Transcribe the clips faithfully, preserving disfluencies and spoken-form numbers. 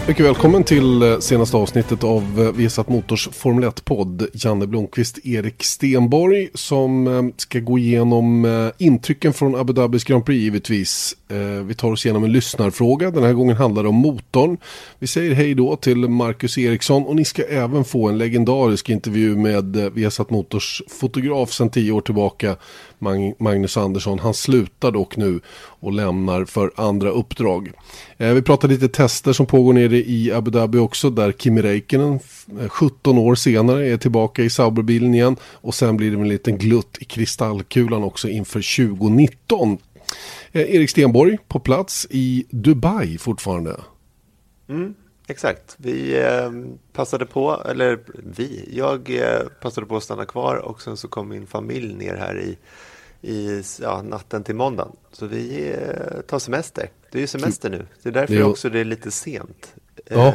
Mycket välkommen till senaste avsnittet av Viasat Motors Formel ett-podd. Janne Blomqvist, Erik Stenborg som ska gå igenom intrycken från Abu Dhabis Grand Prix givetvis. Vi tar oss igenom en lyssnarfråga. Den här gången handlar det om motorn. Vi säger hej då till Marcus Eriksson och ni ska även få en legendarisk intervju med Viasat Motors fotograf sedan tio år tillbaka, Magnus Andersson. Han slutar dock nu och lämnar för andra uppdrag. Vi pratar lite tester som pågår nere i Abu Dhabi också, där Kimi Räikkönen sjutton år senare är tillbaka i Sauberbilen igen, och sen blir det en liten glutt i kristallkulan också inför tjugo nitton. Erik Stenborg på plats i Dubai fortfarande. Mm, exakt. Vi eh, passade på, eller vi, jag eh, passade på att stanna kvar, och sen så kom min familj ner här i i ja, natten till måndag. Så vi eh, tar semester. Det är ju semester nu. Det är därför det är... också det är lite sent eh, ja.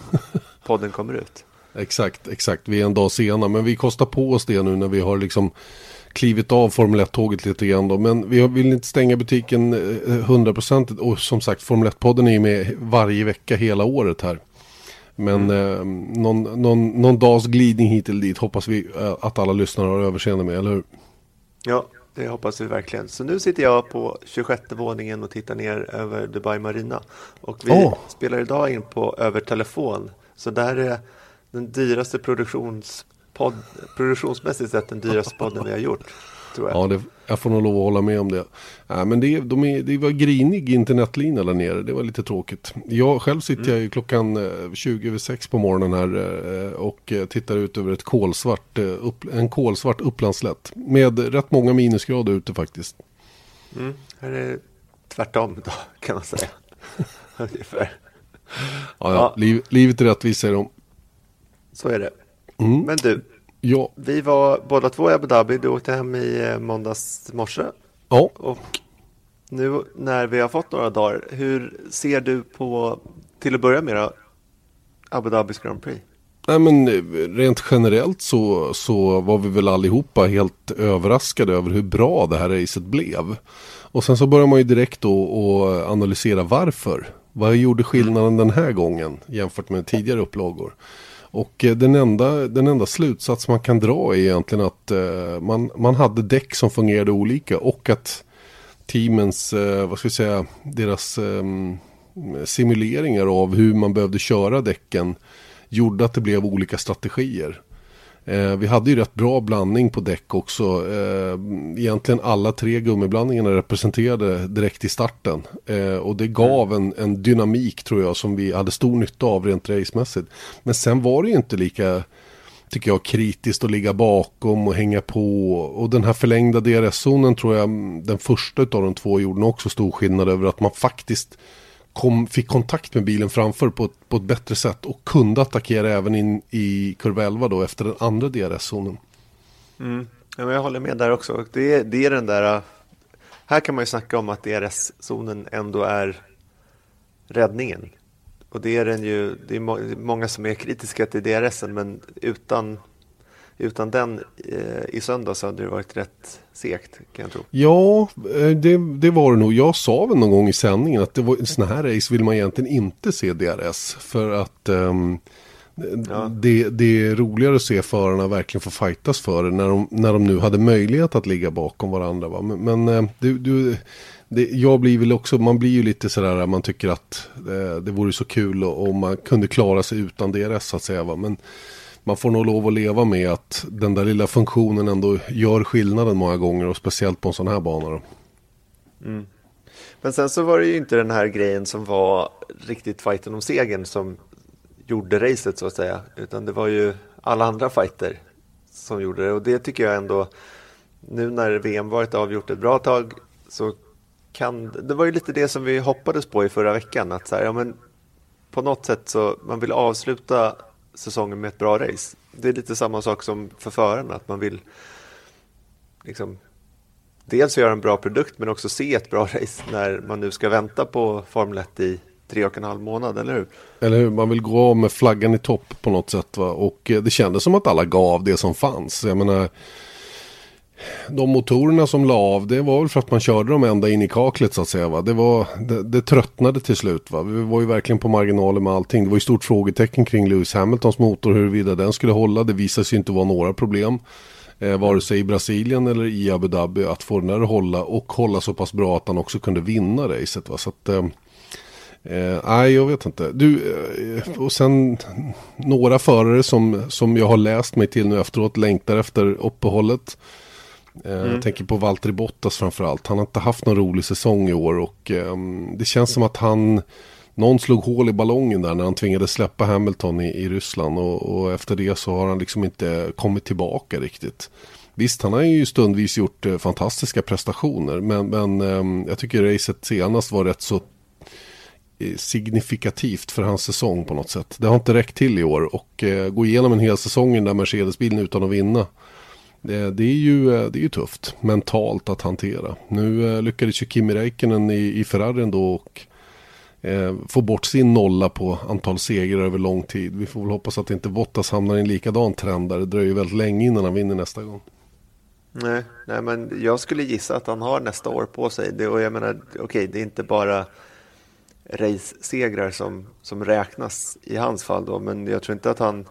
podden kommer ut. Exakt, exakt. Vi är en dag sena, men vi kostar på oss det nu när vi har liksom klivit av Formel ett-tåget lite grann då. Men vi vill inte stänga butiken hundra procent, och som sagt, Formel ett-podden är med varje vecka hela året här. Men mm. eh, någon, någon, någon dags glidning hit eller dit hoppas vi eh, att alla lyssnare har överseende med, eller hur? Ja, det hoppas vi verkligen. Så nu sitter jag på tjugosjätte våningen och tittar ner över Dubai Marina. Och vi oh. spelar idag in på över telefon. Så där är den dyraste produktionspodd, produktionsmässigt sett den dyraste podden vi har gjort, tror jag. Ja, det, jag får nog lov att hålla med om det. Ja, men det, de är, det var grinig internetlina där nere. Det var lite tråkigt. Jag själv sitter mm. jag klockan tjugo över sex på morgonen här och tittar ut över ett kolsvart, upp, en kolsvart upplandslätt med rätt många minusgrader ute faktiskt. Mm. Här är det tvärtom då, kan man säga. Ungefär. Ja, ja. ja. Liv, livet är rättvist, säger de. Så är det. Mm. Men du, ja. Vi var båda två i Abu Dhabi. Du åkte hem i måndags morse. Ja. Och nu när vi har fått några dagar, hur ser du på, till att börja med då, Abu Dhabis Grand Prix? Nej, men rent generellt så, så var vi väl allihopa helt överraskade över hur bra det här racet blev. Och sen så börjar man ju direkt då att analysera varför. Vad gjorde skillnaden den här gången jämfört med tidigare upplagor? Och den enda, den enda slutsats man kan dra är egentligen att eh, man, man hade däck som fungerade olika, och att teamens, eh, vad ska jag säga, deras eh, simuleringar av hur man behövde köra däcken gjorde att det blev olika strategier. Eh, vi hade ju rätt bra blandning på däck också. Eh, egentligen alla tre gummiblandningarna representerade direkt i starten. Eh, och det gav en, en dynamik, tror jag, som vi hade stor nytta av rent racemässigt. Men sen var det ju inte lika, tycker jag, kritiskt att ligga bakom och hänga på. Och den här förlängda D R S-zonen, tror jag, den första av de två gjorde också stor skillnad över att man faktiskt Kom, fick kontakt med bilen framför på ett, på ett bättre sätt och kunde attackera även in i kurva elva då efter den andra D R S-zonen. Mm. Ja, men jag håller med där också. Det är, det är den där, här kan man ju snacka om att D R S-zonen ändå är räddningen. Och det är den ju, det är må, många som är kritiska till D R S-en, men utan Utan den eh, i söndag så hade det varit rätt segt, kan jag tro. Ja, det, det var det nog. Jag sa väl någon gång i sändningen att det var, en sån här race vill man egentligen inte se D R S. För att um, ja. det, det är roligare att se förarna verkligen få fightas för det när de, när de nu hade möjlighet att ligga bakom varandra. Va? Men, men uh, du... du Det, jag blir väl också, man blir ju lite sådär, man tycker att eh, det vore så kul om man kunde klara sig utan D R S, så att säga. Va? Men man får nog lov att leva med att den där lilla funktionen ändå gör skillnaden många gånger, och speciellt på en sån här bana då. Mm. Men sen så var det ju inte den här grejen som var riktigt fighten om segern som gjorde racet, så att säga, utan det var ju alla andra fighter som gjorde det, och det tycker jag ändå, nu när V M varit avgjort ett bra tag, så kan, det var ju lite det som vi hoppades på i förra veckan, att så här, ja, men på något sätt så man vill avsluta säsongen med ett bra race. Det är lite samma sak som för förarna, att man vill liksom dels göra en bra produkt, men också se ett bra race när man nu ska vänta på Formel ett i tre och en halv månad, eller hur? Eller hur, man vill gå av med flaggan i topp på något sätt, va? Och det kändes som att alla gav det som fanns. Jag menar, De motorerna som la av, det var väl för att man körde dem ända in i kaklet så att säga. Va? Det, var, det, det tröttnade till slut. Va? Vi var ju verkligen på marginalen med allting. Det var ju stort frågetecken kring Lewis Hamiltons motor, huruvida den skulle hålla. Det visade sig inte vara några problem. Eh, vare sig i Brasilien eller i Abu Dhabi att få den där att hålla och hålla så pass bra att han också kunde vinna racet. Va? Så att... Eh, Eh, nej, jag vet inte. Du, eh, och sen några förare som, som jag har läst mig till nu efteråt längtar efter uppehållet. Eh, mm. Jag tänker på Valtteri Bottas framförallt. Han har inte haft någon rolig säsong i år och eh, det känns som att han, någon slog hål i ballongen där när han tvingade släppa Hamilton i, i Ryssland och, och efter det så har han liksom inte kommit tillbaka riktigt. Visst, han har ju stundvis gjort eh, fantastiska prestationer men, men eh, jag tycker racet senast var rätt så signifikativt för hans säsong på något sätt. Det har inte räckt till i år och eh, gå igenom en hel säsong i den där Mercedes-bilen utan att vinna. Det, det, är ju, det är ju tufft mentalt att hantera. Nu eh, lyckades ju Kimi Räikkönen i, i Ferrari ändå och eh, få bort sin nolla på antal segrar över lång tid. Vi får väl hoppas att inte Bottas hamnar i en likadan trend där. Det dröjer väldigt länge innan han vinner nästa gång. Nej, nej men jag skulle gissa att han har nästa år på sig. Det, och jag menar, okej, okay, det är inte bara race-segrar som, som räknas i hans fall då, men jag tror inte att han,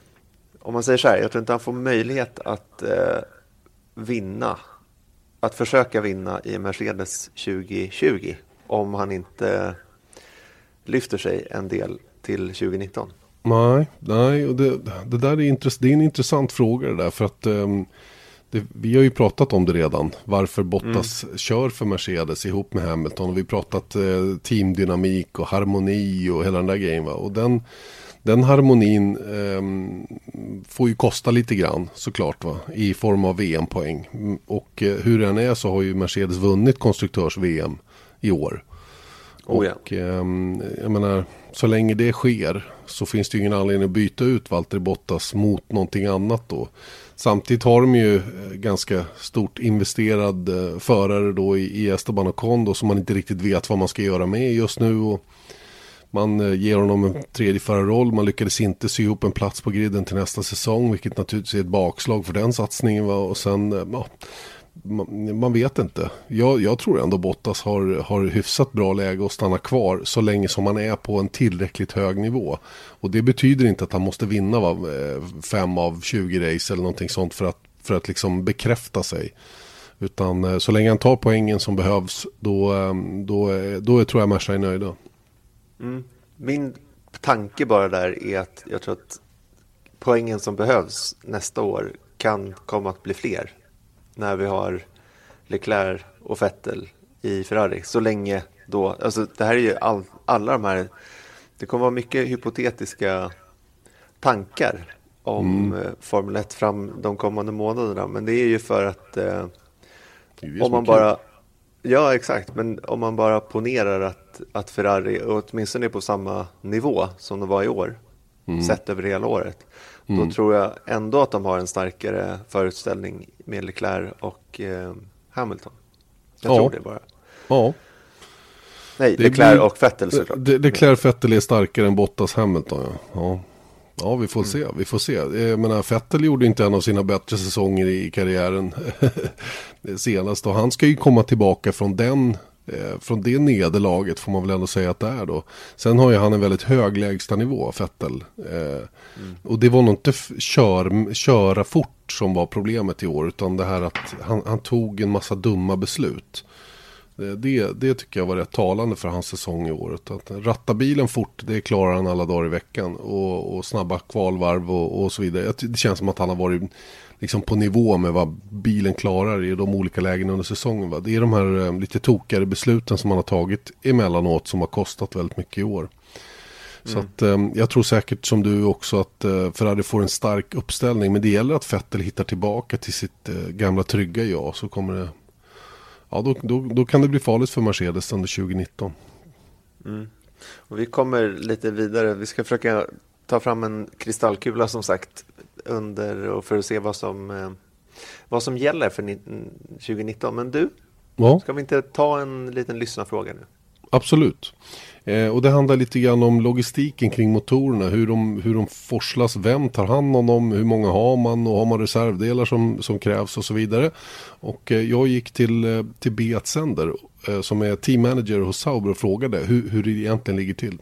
om man säger så här, jag tror inte han får möjlighet att eh, vinna, att försöka vinna i Mercedes tjugo tjugo om han inte lyfter sig en del till tjugo nitton. Nej, nej och det, det där är, intress- det är en intressant fråga det där för att um... Det, vi har ju pratat om det redan. Varför Bottas mm. kör för Mercedes ihop med Hamilton. Och vi har pratat eh, teamdynamik och harmoni och hela den där grejen. Va? Och den, den harmonin eh, får ju kosta lite grann såklart va? I form av V M-poäng. Och eh, hur den är så har ju Mercedes vunnit konstruktörs-V M i år. Oh, ja. Och eh, jag menar, så länge det sker så finns det ju ingen anledning att byta ut Valtteri Bottas mot någonting annat då. Samtidigt har de ju ganska stort investerad eh, förare då i, i Esteban Ocon då, som man inte riktigt vet vad man ska göra med just nu. Och man eh, ger honom en tredje förarroll. Man lyckades inte sy ihop en plats på griden till nästa säsong, vilket naturligtvis är ett bakslag för den satsningen. Va? Och sen, eh, ja, man, man vet inte. Jag, jag tror ändå Bottas har, har hyfsat bra läge att stanna kvar så länge som man är på en tillräckligt hög nivå. Och det betyder inte att han måste vinna va, fem av tjugo race eller någonting sånt för att, för att liksom bekräfta sig. Utan så länge han tar poängen som behövs då, då, då tror jag Merca är nöjda. Mm. Min tanke bara där är att jag tror att poängen som behövs nästa år kan komma att bli fler. När vi har Leclerc och Vettel i Ferrari. Så länge då, alltså det här är ju all, alla de här, det kommer vara mycket hypotetiska tankar om mm. Formel ett fram de kommande månaderna. Men det är ju för att eh, om man bara, ja exakt, men om man bara ponerar att, att Ferrari åtminstone är på samma nivå som de var i år, mm. sett över hela året. Mm. Då tror jag ändå att de har en starkare förutställning med Leclerc och eh, Hamilton. Jag ja. tror det bara. Ja. Nej, det Leclerc blir, och Vettel såklart. Det, Leclerc och Vettel är starkare än Bottas Hamilton. Ja, ja. ja vi får mm. se. Vi får se. Jag menar, Vettel gjorde inte en av sina bättre säsonger i karriären senast. Och han ska ju komma tillbaka från den från det nederlaget får man väl ändå säga att det är då. Sen har ju han en väldigt hög lägsta nivå, Vettel. Eh, mm. Och det var nog inte f- kör, köra fort som var problemet i år, utan det här att han, han tog en massa dumma beslut. Det, det, det tycker jag var rätt talande för hans säsong i år. Att ratta bilen fort, det klarar han alla dagar i veckan. Och, och snabba kvalvarv och, och så vidare. Det känns som att han har varit liksom på nivå med vad bilen klarar i de olika lägena under säsongen. Va? Det är de här eh, lite tokigare besluten som man har tagit emellanåt som har kostat väldigt mycket i år. Mm. Så att, eh, jag tror säkert som du också att eh, Ferrari får en stark uppställning. Men det gäller att Vettel hittar tillbaka till sitt eh, gamla trygga ja. Så kommer det, ja, då, då, då kan det bli farligt för Mercedes under tjugo nitton. Mm. Och vi kommer lite vidare. Vi ska försöka ta fram en kristallkula som sagt under och för att se vad som eh, vad som gäller för tjugo nitton. Men du, ja. Ska vi inte ta en liten lyssnarfråga nu? Absolut. Eh, och det handlar lite grann om logistiken kring motorerna, hur de, hur de forslas, vem tar hand om dem, hur många har man och har man reservdelar som, som krävs och så vidare. Och eh, jag gick till, eh, till Beat Sender eh, som är team manager hos Sauber och frågade hur, hur det egentligen ligger till.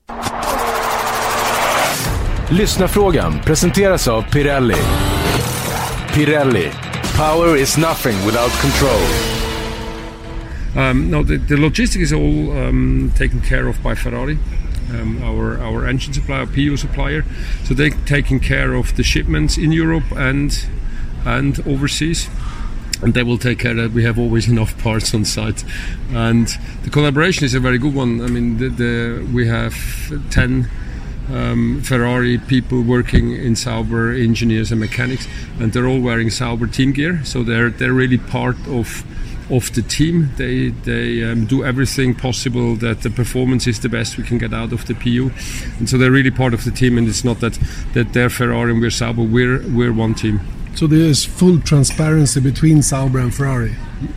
Lyssnarfrågan presenteras av Pirelli. Pirelli. Power is nothing without control. Um, no, the, the logistics is all um, taken care of by Ferrari, um, our our engine supplier, P U supplier. So they're taking care of the shipments in Europe and and overseas, and they will take care that we have always enough parts on site. And the collaboration is a very good one. I mean, the, the, we have ten um, Ferrari people working in Sauber, engineers and mechanics, and they're all wearing Sauber team gear. So they're they're really part of. of the team. They they um, do everything possible that the performance is the best we can get out of the P U, and so they're really part of the team. And it's not that that they're Ferrari and we're Sauber. We're we're one team. So there is full transparency between Sauber and Ferrari.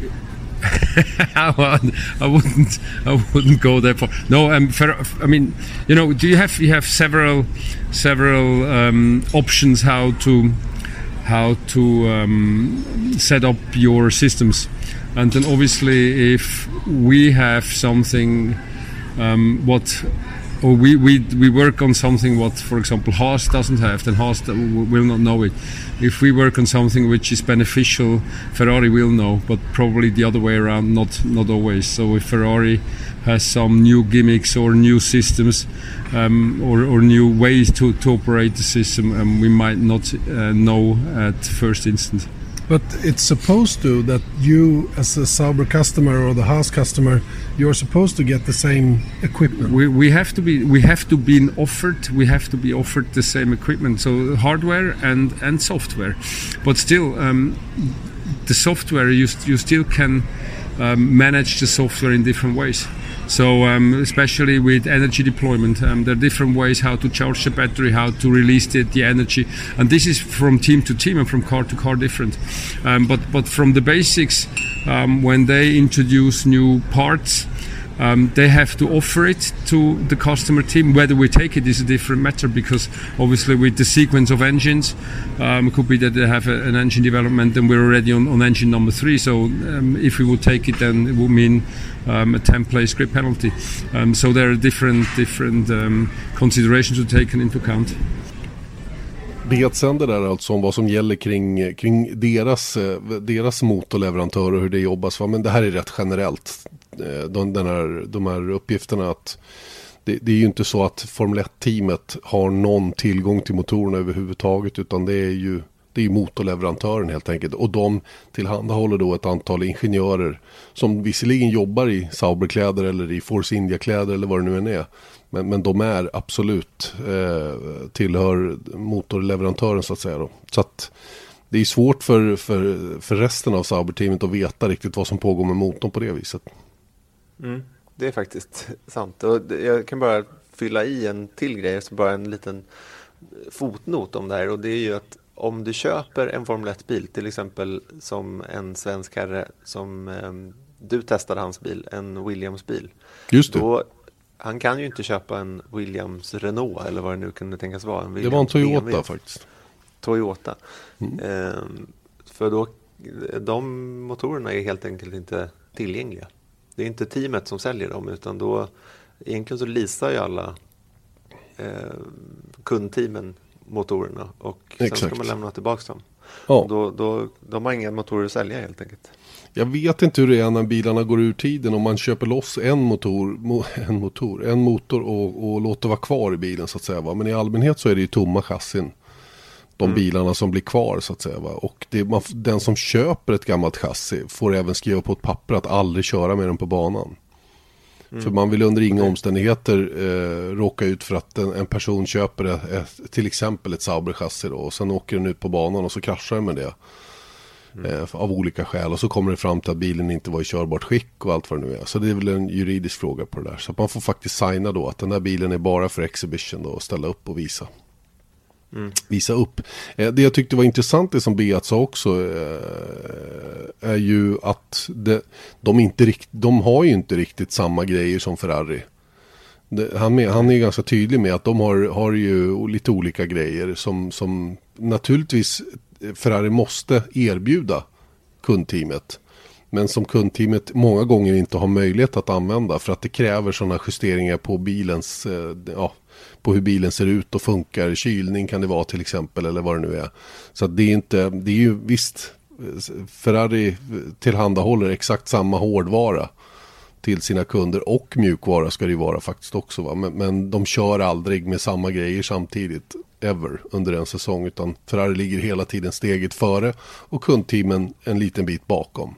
I wouldn't I wouldn't go there for no. Um, Fer- I mean, you know, do you have you have several several um, options how to how to um, set up your systems. And then obviously if we have something um, what or we, we we work on something what, for example, Haas doesn't have, then Haas will not know it. If we work on something which is beneficial, Ferrari will know, but probably the other way around, not not always. So if Ferrari has some new gimmicks or new systems um, or, or new ways to, to operate the system, um, we might not uh, know at first instant. But it's supposed to that you, as a Sauber customer or the Haas customer, you're supposed to get the same equipment. We we have to be we have to be offered we have to be offered the same equipment, so hardware and, and software. But still, um, the software you you still can um, manage the software in different ways. So um, especially with energy deployment, um, there are different ways how to charge the battery, how to release the, the energy, and this is from team to team and from car to car different. Um, but but from the basics, um, when they introduce new parts, um, they have to offer it to the customer team. Whether we take it is a different matter, because obviously with the sequence of engines, um, it could be that they have a, an engine development and we're already on, on engine number three. So um, if we would take it, then it would mean Um, a ten place grip penalty. Um, so there are different different um, considerations to take into account. Beat Sender där alltså om vad som gäller kring, kring deras, deras motorleverantörer och hur det jobbas. Men det här är rätt generellt. De, den här, de här uppgifterna att det, det är ju inte så att Formel ett-teamet har någon tillgång till motorerna överhuvudtaget, utan det är ju det är motorleverantören helt enkelt. Och de tillhandahåller då ett antal ingenjörer som visserligen jobbar i Sauberkläder eller i Force India-kläder eller vad det nu än är. Men, men de är absolut eh, tillhör motorleverantören så att säga då. Så att det är svårt för, för, för resten av Sauber-teamet att veta riktigt vad som pågår med motorn på det viset. Mm, det är faktiskt sant. Och jag kan bara fylla i en till grej, så bara en liten fotnot om det här. Och det är ju att om du köper en Formel ett-bil, till exempel som en svensk herre som eh, du testade hans bil, en Williams-bil. Just det. Då, han kan ju inte köpa en Williams Renault eller vad det nu kunde tänkas vara. En det var en Toyota B M W. faktiskt. Toyota. Mm. Eh, för då, de motorerna är helt enkelt inte tillgängliga. Det är inte teamet som säljer dem, utan då egentligen så leasar ju alla eh, kundteamen motorerna och sen Exakt. ska man lämna tillbaka dem. Ja. Då, då, de har inga motorer att sälja helt enkelt. Jag vet inte hur det är när bilarna går ur tiden, om man köper loss en motor, mo, en motor, en motor och, och låter vara kvar i bilen så att säga. Va? Men i allmänhet så är det ju tomma chassin. De mm. bilarna som blir kvar så att säga. Va? Och det, man, den som köper ett gammalt chassi får även skriva på ett papper att aldrig köra med den på banan. Mm. För man vill under inga omständigheter eh, råka ut för att en, en person köper ett, ett, till exempel ett Sauber-chassi då, och sen åker den ut på banan och så kraschar den med det. Mm. Eh, av olika skäl, och så kommer det fram till att bilen inte var i körbart skick och allt vad det nu är. Så det är väl en juridisk fråga på det där. Så att man får faktiskt signa då att den där bilen är bara för exhibition då, och ställa upp och visa. mm. visa upp. Eh, det jag tyckte var intressant, det som Beat sa också, eh, är ju att det, de, inte rikt, de har ju inte riktigt samma grejer som Ferrari. Det, han, med, han är ganska tydlig med att de har, har ju lite olika grejer som, som naturligtvis Ferrari måste erbjuda kundteamet. Men som kundteamet många gånger inte har möjlighet att använda för att det kräver sådana justeringar på bilens, ja, på hur bilen ser ut och funkar. Kylning kan det vara till exempel, eller vad det nu är. Så att det är inte, det är ju visst, Ferrari tillhandahåller exakt samma hårdvara till sina kunder, och mjukvara ska det ju vara faktiskt också, va? Men, men de kör aldrig med samma grejer samtidigt ever under en säsong, utan Ferrari ligger hela tiden steget före och kundteamen en liten bit bakom.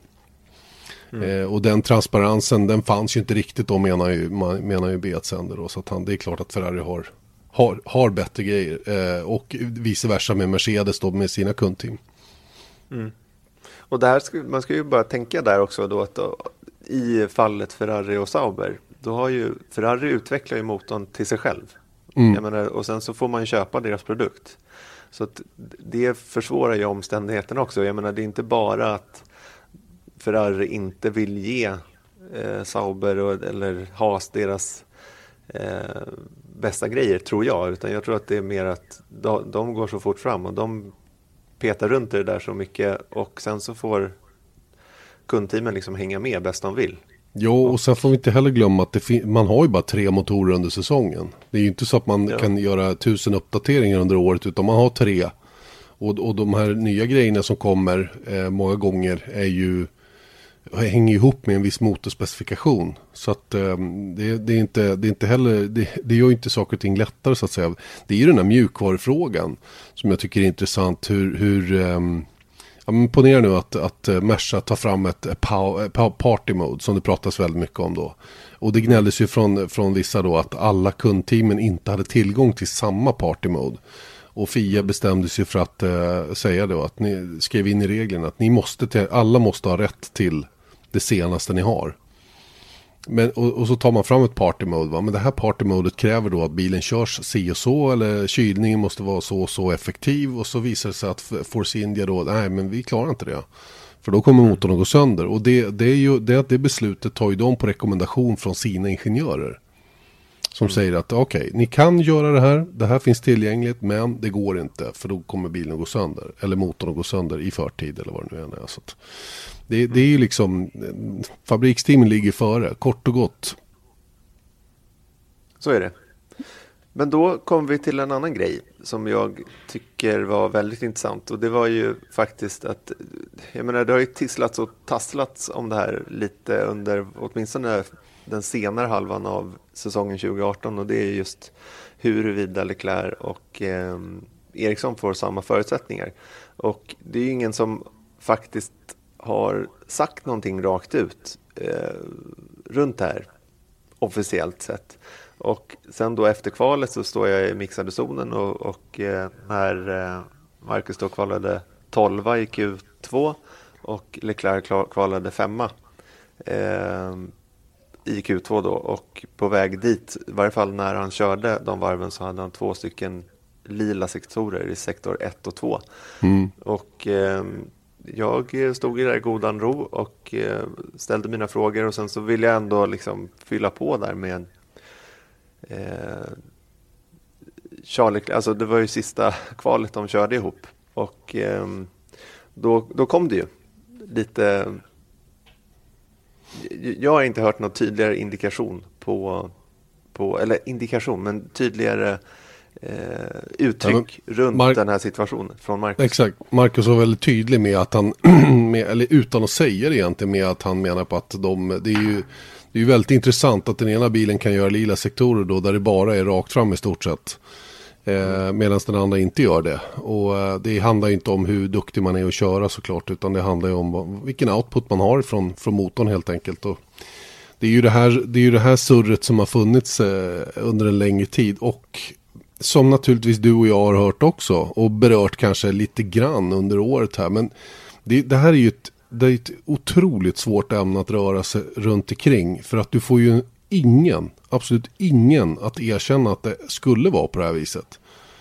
Mm. Eh, och den transparensen, den fanns ju inte riktigt då, menar ju, menar ju Beatsender då, så att han, det är klart att Ferrari har, har, har bättre grejer, eh, och vice versa med Mercedes då med sina kundteam. Mm. Och där ska, man ska ju bara tänka där också då att då, i fallet Ferrari och Sauber, då har ju Ferrari utvecklar ju motorn till sig själv. Mm. Jag menar, och sen så får man ju köpa deras produkt. Så att det försvårar ju omständigheterna också. Jag menar, det är inte bara att Ferrari inte vill ge eh, Sauber och, eller Haas deras eh, bästa grejer, tror jag. Utan jag tror att det är mer att de, de går så fort fram och de petar runt det där så mycket, och sen så får kundteamen liksom hänga med bäst de vill. Jo, och sen får vi inte heller glömma att det fin- man har ju bara tre motorer under säsongen. Det är ju inte så att man ja. kan göra tusen uppdateringar under året, utan man har tre. Och, och de här nya grejerna som kommer eh, många gånger är ju, hänger ihop med en viss motorspecifikation. Så att eh, det, det, är inte, det är inte heller, det, det gör ju inte saker och ting lättare, så att säga. Det är ju den här mjukvarufrågan som jag tycker är intressant. Hur, hur eh, ja, men ponera nu att, att Merca tar fram ett party mode som det pratas väldigt mycket om då. Och det gnälldes ju från, från vissa då att alla kundteamen inte hade tillgång till samma party mode. Och F I A bestämde sig för att uh, säga då att ni skrev in i reglerna att ni måste till, alla måste ha rätt till det senaste ni har. Men, och, och så tar man fram ett party mode, va? Men det här party modet kräver då att bilen körs si och så, eller kylningen måste vara så och så effektiv, och så visar det sig att Force India då, nej men vi klarar inte det. För då kommer motorn att gå sönder. Och det, det, är ju, det, det beslutet tar ju de på rekommendation från sina ingenjörer. Som mm. säger att okej, okay, ni kan göra det här, det här finns tillgängligt, men det går inte, för då kommer bilen att gå sönder. Eller motorn att gå sönder i förtid, eller vad det nu är. Så att det, det är ju liksom, fabriksteamen ligger före, kort och gott. Så är det. Men då kom vi till en annan grej som jag tycker var väldigt intressant. Och det var ju faktiskt att, jag menar, det har ju tisslats och tasslats om det här lite under åtminstone den senare halvan av säsongen tjugo arton. Och det är just huruvida Leclerc och eh, Ericsson får samma förutsättningar. Och det är ju ingen som faktiskt har sagt någonting rakt ut eh, runt det här officiellt sett. Och sen då efter kvalet så står jag i mixade zonen och, och eh, när eh, Marcus då kvalade tolva i Q två och Leclerc kvalade femma eh, i Q två då, och på väg dit, i varje fall när han körde de varven, så hade han två stycken lila sektorer i sektor ett och två. Mm. Och eh, jag stod i där godan ro och eh, ställde mina frågor, och sen så ville jag ändå liksom fylla på där med eh, Charlie, alltså det var ju sista kvalet de körde ihop, och eh, då, då kom det ju lite, jag har inte hört någon tydligare indikation på, på eller indikation, men tydligare eh, uttryck ja, runt Mar- den här situationen från Marcus. Exakt, Marcus var väldigt tydlig med att han, med, eller utan att säga det egentligen, med att han menar på att de, det är ju det är ju väldigt intressant att den ena bilen kan göra lila sektorer då, där det bara är rakt fram i stort sett. Eh, medan den andra inte gör det. Och eh, det handlar inte om hur duktig man är att köra såklart, utan det handlar ju om vad, vilken output man har från, från motorn helt enkelt. Och det är ju det här, det är ju det här surret som har funnits eh, under en längre tid, och som naturligtvis du och jag har hört också och berört kanske lite grann under året här. Men det, det här är ju ett, det är ett otroligt svårt ämne att röra sig runt omkring, för att du får ju ingen, absolut ingen att erkänna att det skulle vara på det här viset.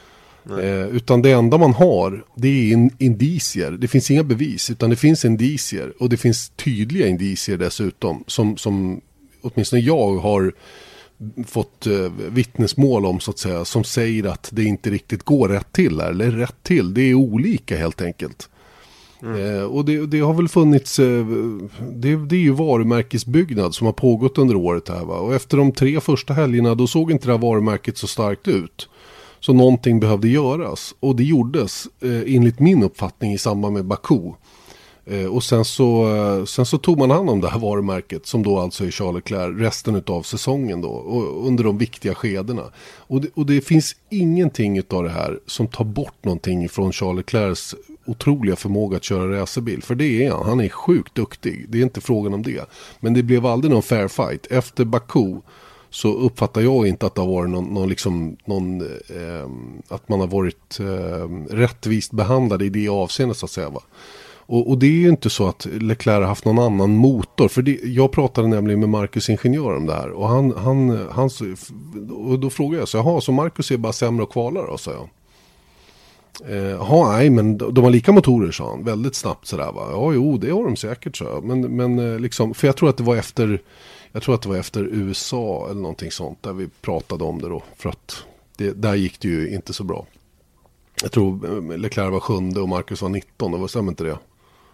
Eh, utan det enda man har, det är in, indicier. Det finns inga bevis, utan det finns indicier. Och det finns tydliga indicier dessutom. Som, som åtminstone jag har fått eh, vittnesmål om, så att säga. Som säger att det inte riktigt går rätt till här. Eller rätt till, det är olika helt enkelt. Mm. Eh, och det, det har väl funnits, eh, det, det är ju varumärkesbyggnad som har pågått under året här, va? Och efter de tre första helgerna då såg inte det här varumärket så starkt ut. Så någonting behövde göras. Och det gjordes eh, enligt min uppfattning i samband med Baku. Eh, och sen så, eh, sen så tog man hand om det här varumärket som då alltså är Charles Leclerc resten av säsongen då. Och under de viktiga skedena. Och det, och det finns ingenting av det här som tar bort någonting från Charles Leclercs otroliga förmåga att köra racerbil. För det är han. Han är sjukt duktig. Det är inte frågan om det. Men det blev aldrig någon fair fight. Efter Baku så uppfattar jag inte att det har varit någon, någon, liksom, någon eh, att man har varit eh, rättvist behandlad i det avseendet, så att säga, va? Och, och det är ju inte så att Leclerc har haft någon annan motor. För det, jag pratade nämligen med Marcus Ingenjör om det här. Och, han, han, han, och då frågade jag så, jaha, så Marcus är bara sämre och kvalar då, sa jag. Ja, nej, men de har lika motorer, sa han. Väldigt snabbt sådär, va. Ja, jo, det har de säkert, så. Men, men liksom, för jag tror att det var efter Jag tror att det var efter U S A eller någonting sånt där vi pratade om det då. För att det, där gick det ju inte så bra. Jag tror Leclerc var sjunde och Marcus var nitton. Det var stämmer inte det?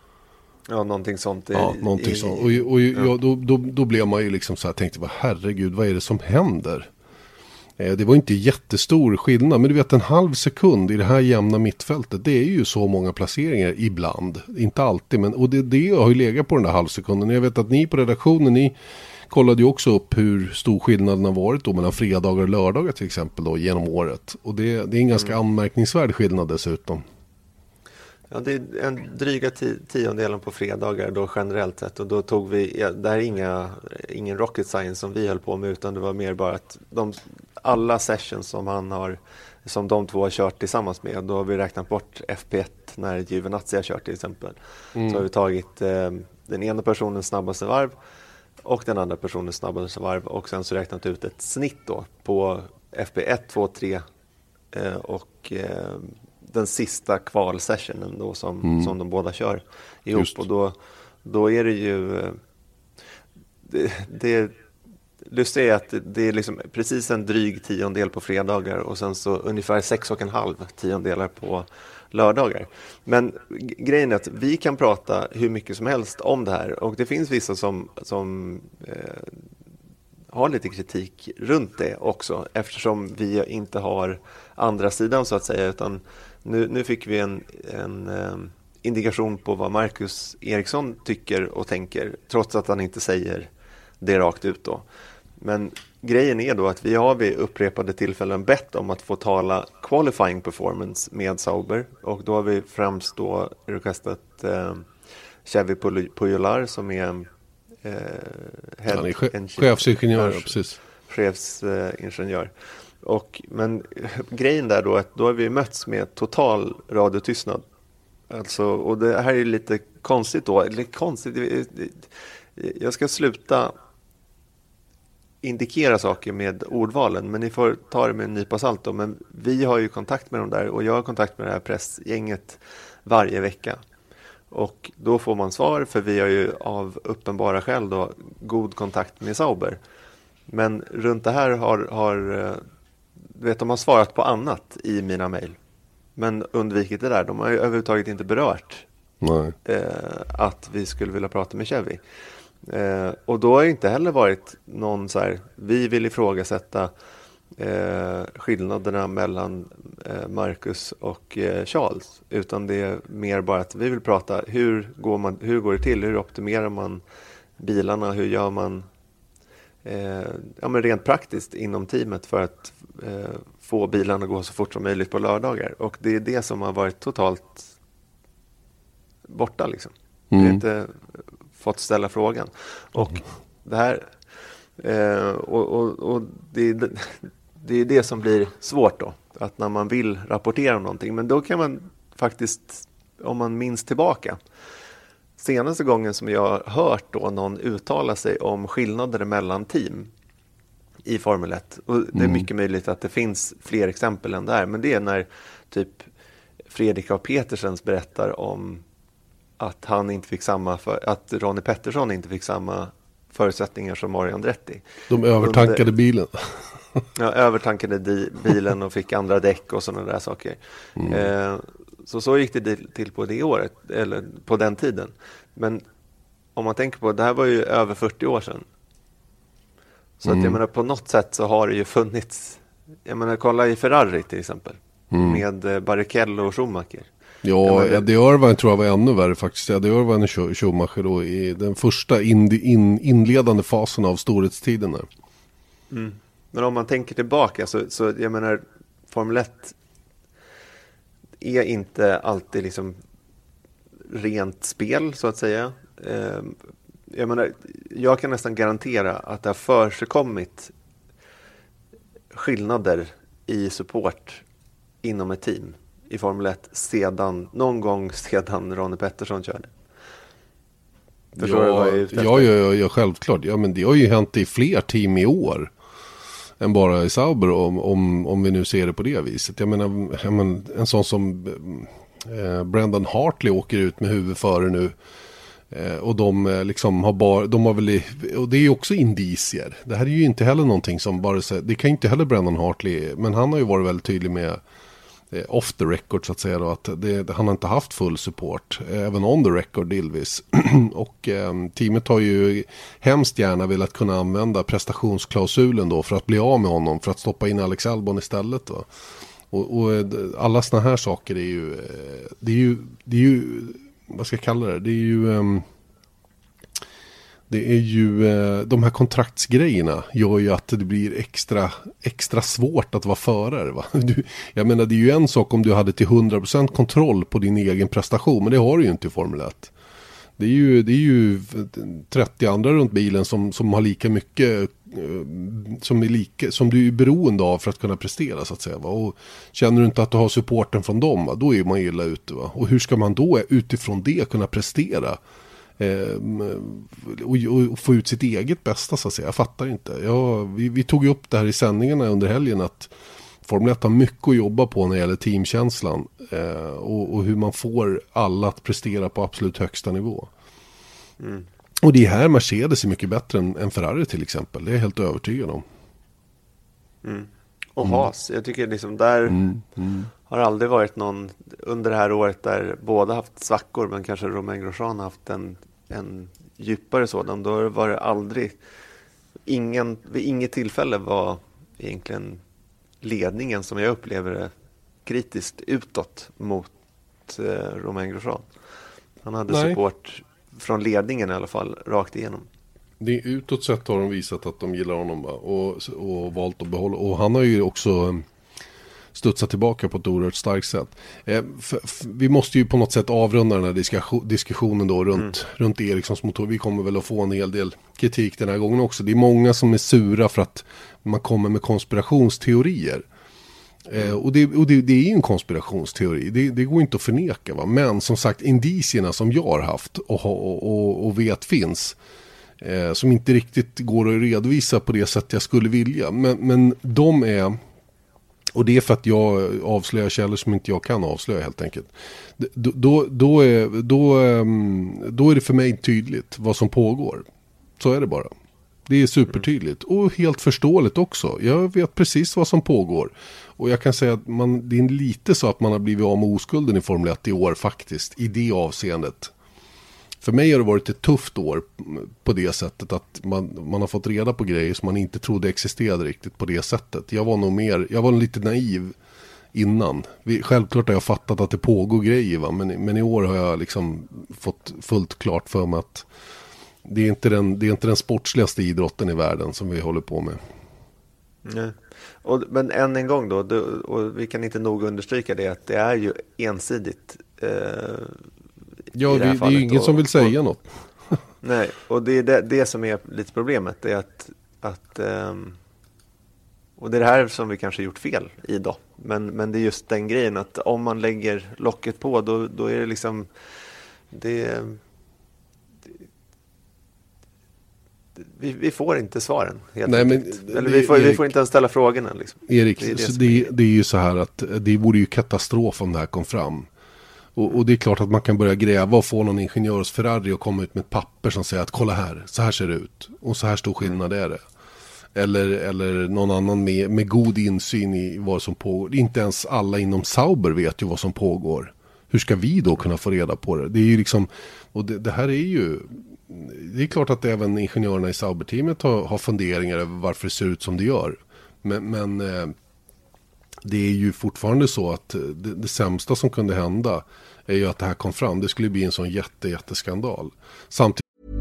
Ja, någonting sånt. I, ja, någonting i, sånt. Och, och ja. Ja, då, då, då blev man ju liksom så här, tänkte bara, herregud, vad är det som händer? Eh, det var inte jättestor skillnad. Men du vet, en halv sekund i det här jämna mittfältet, det är ju så många placeringar ibland. Inte alltid, men och det, det har ju legat på den där halvsekunden. Jag vet att ni på redaktionen, ni kollade ju också upp hur stor skillnaden har varit då mellan fredagar och lördagar till exempel då genom året. Och det, det är en ganska mm. anmärkningsvärd skillnad dessutom. Ja, det är en dryga tiondelen på fredagar då generellt sett. Och då tog vi, ja, det här är inga, ingen rocket science som vi höll på med, utan det var mer bara att de, alla sessions som han har, som de två har kört tillsammans med, då har vi räknat bort F P ett när Giovinazzi har kört till exempel. Mm. Så har vi tagit eh, den ena personens snabbaste varv och den andra personens snabbaste varv, och sen så räknat ut ett snitt då på F P ett, två, tre eh, och eh, den sista kvalsessionen då som, mm. som de båda kör ihop. Just. Och då, då är det ju eh, det, det lustiga är att det är liksom precis en dryg tiondel på fredagar och sen så ungefär sex och en halv tiondelar på lördagar. Men grejen är att vi kan prata hur mycket som helst om det här, och det finns vissa som, som eh, har lite kritik runt det också, eftersom vi inte har andra sidan så att säga, utan nu, nu fick vi en, en eh, indikation på vad Marcus Eriksson tycker och tänker, trots att han inte säger det rakt ut då. Men grejen är då att vi har vid upprepade tillfällen bett om att få tala qualifying performance med Sauber, och då har vi främst då requestat eh, Xavi Pujolar som är eh, head, Han är che- chefsingenjör, ja, precis. Chefsingenjör. Och, men grejen där då, att då har vi mötts med total radiotystnad. Alltså, och det här är lite konstigt då. Eller konstigt, jag ska sluta indikera saker med ordvalen, men ni får ta det med en nypa salt då. Men vi har ju kontakt med dem där, och jag har kontakt med det här pressgänget varje vecka. Och då får man svar, för vi har ju av uppenbara skäl då god kontakt med Sauber. Men runt det här har, har du vet, de har svarat på annat i mina mejl, men undvikit det där. De har ju överhuvudtaget inte berört Nej. Eh, att vi skulle vilja prata med Chevy. Eh, och då har det inte heller varit någon så här, vi vill ifrågasätta eh, skillnaderna mellan eh, Marcus och eh, Charles, utan det är mer bara att vi vill prata hur går, man, hur går det till, hur optimerar man bilarna, hur gör man eh, ja, men rent praktiskt inom teamet för att eh, få bilarna att gå så fort som möjligt på lördagar. Och det är det som har varit totalt borta liksom. Mm. Vi har inte fått ställa frågan. Och mm. det här eh, och, och, och det, det är det som blir svårt då, att när man vill rapportera om någonting, men då kan man faktiskt, om man minns tillbaka, senaste gången som jag har hört då någon uttala sig om skillnader mellan team, i Formel ett. Och det är mm. mycket möjligt att det finns fler exempel än där. Men det är när typ Fredrik A. Petersens berättar om att han inte fick samma för, att Ronnie Pettersson inte fick samma förutsättningar som Mario Andretti. De övertankade Under, bilen. Ja, övertankade di, bilen och fick andra däck och sådana där saker. Mm. Eh, så så gick det till på det året, eller på den tiden. Men om man tänker på, det här var ju över fyrtio år sedan. Så mm. att jag menar, på något sätt så har det ju funnits, jag menar, kolla i Ferrari till exempel. Mm. Med Barrichello och Schumacher. Ja, Eddie Irvine tror jag var ännu värre faktiskt. Eddie Irvine och Schumacher då i den första in, in, inledande fasen av storhetstiden där. Mm. Men om man tänker tillbaka så, så jag menar, Formel ett är inte alltid liksom rent spel så att säga. Eh, jag menar, jag kan nästan garantera att det har försigkommit skillnader i support inom ett team i Formel ett sedan, någon gång sedan Ronnie Pettersson körde. Förstår ja, du ja, ja, ja, självklart. Ja, men det har ju hänt i fler team i år än bara i Sauber, om, om, om vi nu ser det på det viset. Jag menar, jag menar en sån som eh, Brendan Hartley åker ut med huvud före nu. Eh, och de eh, liksom har bara, de har väl i, och det är ju också indicier. Det här är ju inte heller någonting som bara så, det kan ju inte heller Brendan Hartley, men han har ju varit väldigt tydlig med eh, off the record så att säga då, att det, han har inte haft full support, eh, även on the record delvis. Och eh, teamet har ju hemskt gärna velat kunna använda prestationsklausulen då för att bli av med honom, för att stoppa in Alex Albon istället då. Och, och alla såna här saker är ju, det är ju, det är ju, vad ska jag kalla det? Det är ju, um, det är ju, uh, de här kontraktsgrejerna gör ju att det blir extra, extra svårt att vara förare. Va? Du, jag menar, det är ju en sak om du hade till hundra procent kontroll på din egen prestation, men det har du ju inte i Formel ett. Det är ju, det är ju trettio andra runt bilen som, som har lika mycket, som, är lika, som du är beroende av för att kunna prestera så att säga. Va? Och känner du inte att du har supporten från dem, va? Då är man illa ute. Va? Och hur ska man då utifrån det kunna prestera eh, och, och få ut sitt eget bästa så att säga? Jag fattar inte. Ja, vi, vi tog ju upp det här i sändningarna under helgen att Formel ett har mycket att jobba på när det gäller teamkänslan eh, och, och hur man får alla att prestera på absolut högsta nivå. Mm. Och det är här Mercedes är mycket bättre än, än Ferrari till exempel. Det är jag helt övertygad om. Mm. Och mm. Haas, jag tycker liksom där mm. Mm. har aldrig varit någon under det här året där båda haft svackor, men kanske Romain Grosjean har haft en, en djupare sådan. Då var det aldrig, ingen, vid inget tillfälle var egentligen ledningen som jag upplever det kritiskt utåt mot eh, Romain Grosjean. Han hade Nej. support från ledningen i alla fall, rakt igenom. Det är utåt sett har de visat att de gillar honom och, och valt att behålla. Och han har ju också studsat tillbaka på ett oerhört starkt sätt. Eh, för, för, vi måste ju på något sätt avrunda den här diskussion, diskussionen då runt, mm. runt Ericssons motor. Vi kommer väl att få en hel del kritik den här gången också. Det är många som är sura för att man kommer med konspirationsteorier. Eh, och det, och det, det är ju en konspirationsteori. Det, det går inte att förneka. Va? Men som sagt, indicierna som jag har haft och, och, och, och vet finns, eh, som inte riktigt går att redovisa på det sätt jag skulle vilja. Men, men de är, och det är för att jag avslöjar källor som inte jag kan avslöja helt enkelt. Då, då, då, är, då, då är det för mig tydligt vad som pågår. Så är det bara. Det är supertydligt och helt förståeligt också. Jag vet precis vad som pågår. Och jag kan säga att man, det är lite så att man har blivit av med oskulden i Formel ett i år faktiskt. I det avseendet. För mig har det varit ett tufft år på det sättet att man, man har fått reda på grejer som man inte trodde existerade riktigt på det sättet. Jag var nog mer, jag var lite naiv innan. Vi, självklart har jag fattat att det pågår grejer, va? Men, men i år har jag liksom fått fullt klart för mig att det är inte den, det är inte den sportsligaste idrotten i världen som vi håller på med. Nej. Och, men än en gång då, då, och vi kan inte nog understryka det, att det är ju ensidigt eh, ja, det, det är ju ingen och, som vill säga och, något. Nej, och det är det, det som är lite problemet, det är att, att eh, och det är det här som vi kanske gjort fel i då, men, men det är just den grejen att om man lägger locket på, då, då är det liksom det vi, vi får inte svaren. Helt Nej, men, Eller det, vi, får, Erik, vi får inte ens ställa frågorna. Liksom. Erik, det, är det, så det, det är ju så här att det vore ju katastrof om det här kom fram. Och, och det är klart att man kan börja gräva och få någon ingenjörs Ferrari och komma ut med ett papper som säger att kolla här, så här ser det ut. Och så här stor skillnad är det. Eller, eller någon annan med, med god insyn i vad som pågår. Inte ens alla inom Sauber vet ju vad som pågår. Hur ska vi då kunna få reda på det? Det är ju liksom, och det, det här är ju, det är klart att även ingenjörerna i Sauber-teamet har, har funderingar över varför det ser ut som det gör. Men, men eh, det är ju fortfarande så att det, det sämsta som kunde hända är ju att det här kom fram. Det skulle bli en sån jätte, jätteskandal. Samtidigt.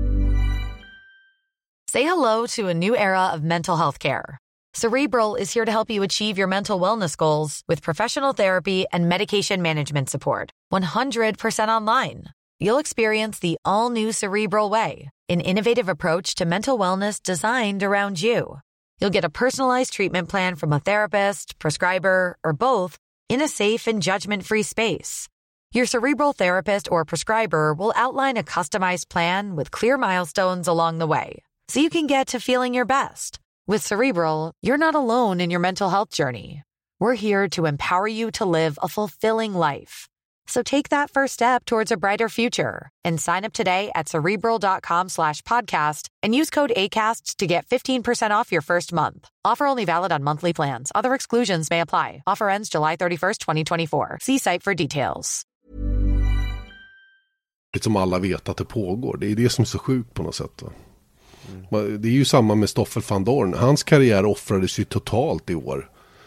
Say hello to a new era of mental health care. Cerebral is here to help you achieve your mental wellness goals with professional therapy and medication management support. one hundred percent online. You'll experience the all-new Cerebral Way, an innovative approach to mental wellness designed around you. You'll get a personalized treatment plan from a therapist, prescriber, or both in a safe and judgment-free space. Your Cerebral therapist or prescriber will outline a customized plan with clear milestones along the way, so you can get to feeling your best. With Cerebral, you're not alone in your mental health journey. We're here to empower you to live a fulfilling life. So take that first step towards a brighter future and sign up today at Cerebral.com slash podcast and use code ACAST to get fifteen percent off your first month. Offer only valid on monthly plans. Other exclusions may apply. Offer ends July thirty-first, twenty twenty-four. See site for details. Som alla vet att det pågår. Det är det som är så sjukt på något sätt. Va? Mm. Det är ju samma med Stoffel van Dorn. Hans karriär offrades ju totalt i år.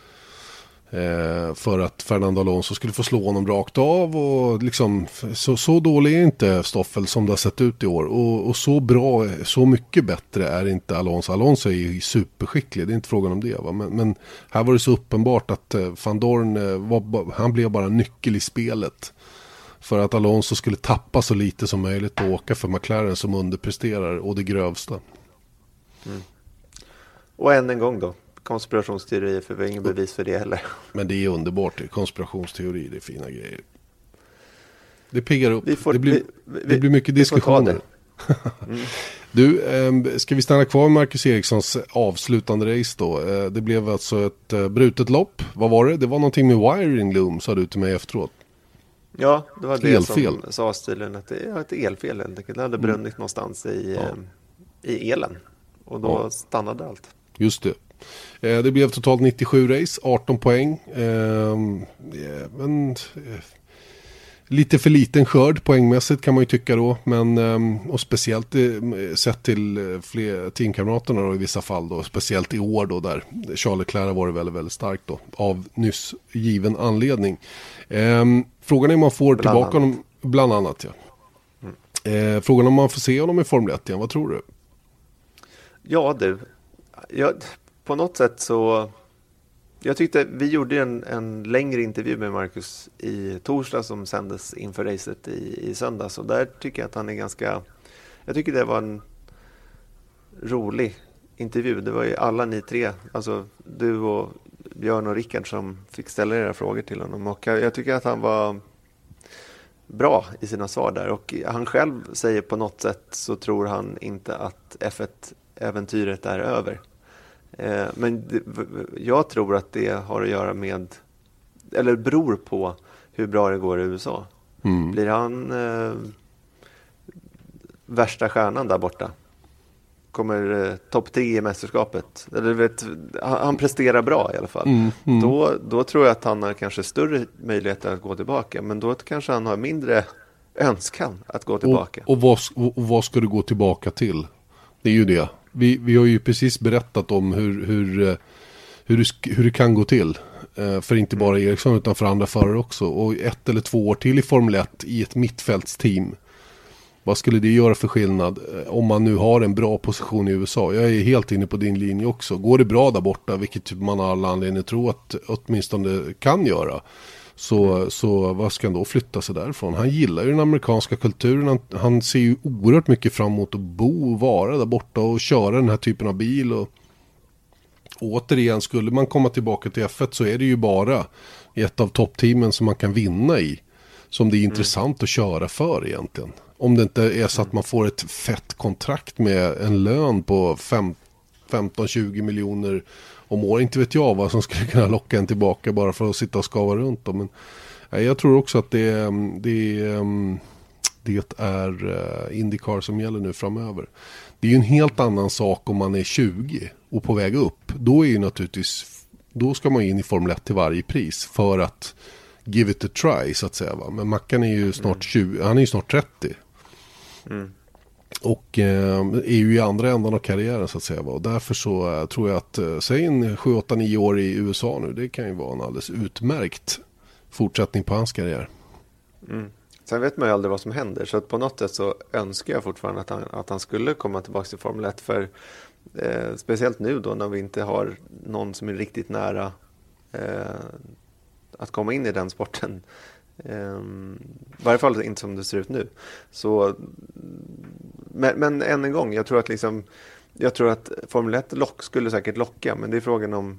Eh, för att Fernando Alonso skulle få slå honom rakt av. Och liksom, så, så dålig är inte Stoffel som det har sett ut i år. Och, och så bra, så mycket bättre är inte Alonso. Alonso är ju superskicklig, det är inte frågan om det. Va? Men, men här var det så uppenbart att eh, van Dorn, eh, var, han blev bara nyckel i spelet. För att Alonso skulle tappa så lite som möjligt och åka för McLaren som underpresterar och det grövsta. Mm. Och än en gång då, konspirationsteorier, för vi har ingen bevis för det heller. Men det är underbart, konspirationsteori, det är fina grejer. Det piggar upp, vi får, det, blir, vi, vi, det blir mycket diskussioner. Mm. Du, eh, ska vi stanna kvar med Marcus Erikssons avslutande race då? Eh, det blev alltså ett eh, brutet lopp. Vad var det? Det var någonting med wiring loom, sa du till mig efteråt. Ja, det var det elfel. Som sades tydligen att det var ett elfel helt enkelt. Det hade brunnit mm. någonstans i, ja. i elen. Och då ja. stannade allt. Just det. Eh, det blev totalt nittiosju race, arton poäng. Eh, men, eh, lite för liten skörd poängmässigt kan man ju tycka då. Men, eh, och speciellt eh, sett till eh, fler teamkamraterna då, i vissa fall då. Speciellt i år då där Charles Leclerc var väldigt, väldigt starkt då. Av nyss given anledning. Eh, frågan är om man får bland tillbaka honom, bland annat ja. Mm. Eh, frågan om man får se honom i Formel ett igen, vad tror du? Ja du, jag, på något sätt så, jag tyckte vi gjorde en, en längre intervju med Marcus i torsdag som sändes inför racet i, i söndags, och där tycker jag att han är ganska, jag tycker det var en rolig intervju. Det var ju alla ni tre, alltså du och Björn och Rickard som fick ställa era frågor till honom, och jag, jag tycker att han var bra i sina svar där, och han själv säger på något sätt så tror han inte att F ett-äventyret är över. Eh, men det, jag tror att det har att göra med, eller beror på hur bra det går i U S A. Mm. Blir han eh, värsta stjärnan där borta? Kommer eh, topp tre i mästerskapet, eller vet, han, han presterar bra i alla fall. Mm, mm. Då, då tror jag att han har kanske större möjligheter att gå tillbaka, men då kanske han har mindre önskan att gå tillbaka. Och, och, vad, och, och vad ska du gå tillbaka till? Det är ju det. Vi, vi har ju precis berättat om hur, hur, hur, det, hur det kan gå till. Eh, för inte bara Eriksson utan för andra förare också. Och ett eller två år till i Formel ett i ett mittfältsteam. Vad skulle det göra för skillnad om man nu har en bra position i U S A? Jag är helt inne på din linje också. Går det bra där borta, vilket man har alla anledning att tro att åtminstone kan göra, så, så vad ska han då flytta sig därifrån? Han gillar ju den amerikanska kulturen. Han, han ser ju oerhört mycket fram emot att bo och vara där borta och köra den här typen av bil. Och, och återigen, skulle man komma tillbaka till F ett så är det ju bara ett av toppteamen som man kan vinna i, som det är intressant mm. att köra för egentligen. Om det inte är så att man får ett fett kontrakt med en lön på femton tjugo miljoner om året. Inte vet jag vad som skulle kunna locka en tillbaka bara för att sitta och skava runt dem. Men ja, jag tror också att det, det, det är IndyCar som gäller nu framöver. Det är ju en helt annan sak om man är tjugo och på väg upp. Då är ju naturligtvis, då ska man in i Formel ett till varje pris för att give it a try så att säga. Va? Men Mackan är ju snart tjugo, han är ju snart trettio. Mm. Och eh, är ju i andra ändan av karriären så att säga. Va? Och därför så eh, tror jag att eh, säg en sju åtta nio år i U S A nu, det kan ju vara en alldeles utmärkt fortsättning på hans karriär. Mm. Sen vet man ju aldrig vad som händer, så att på något sätt så önskar jag fortfarande att han, att han skulle komma tillbaka till Formel ett, för eh, speciellt nu då när vi inte har någon som är riktigt nära eh, att komma in i den sporten. Eh, I varje fall inte som det ser ut nu. Så, men, men än en gång, jag tror att liksom, jag tror att Formel ett lock skulle säkert locka, men det är frågan om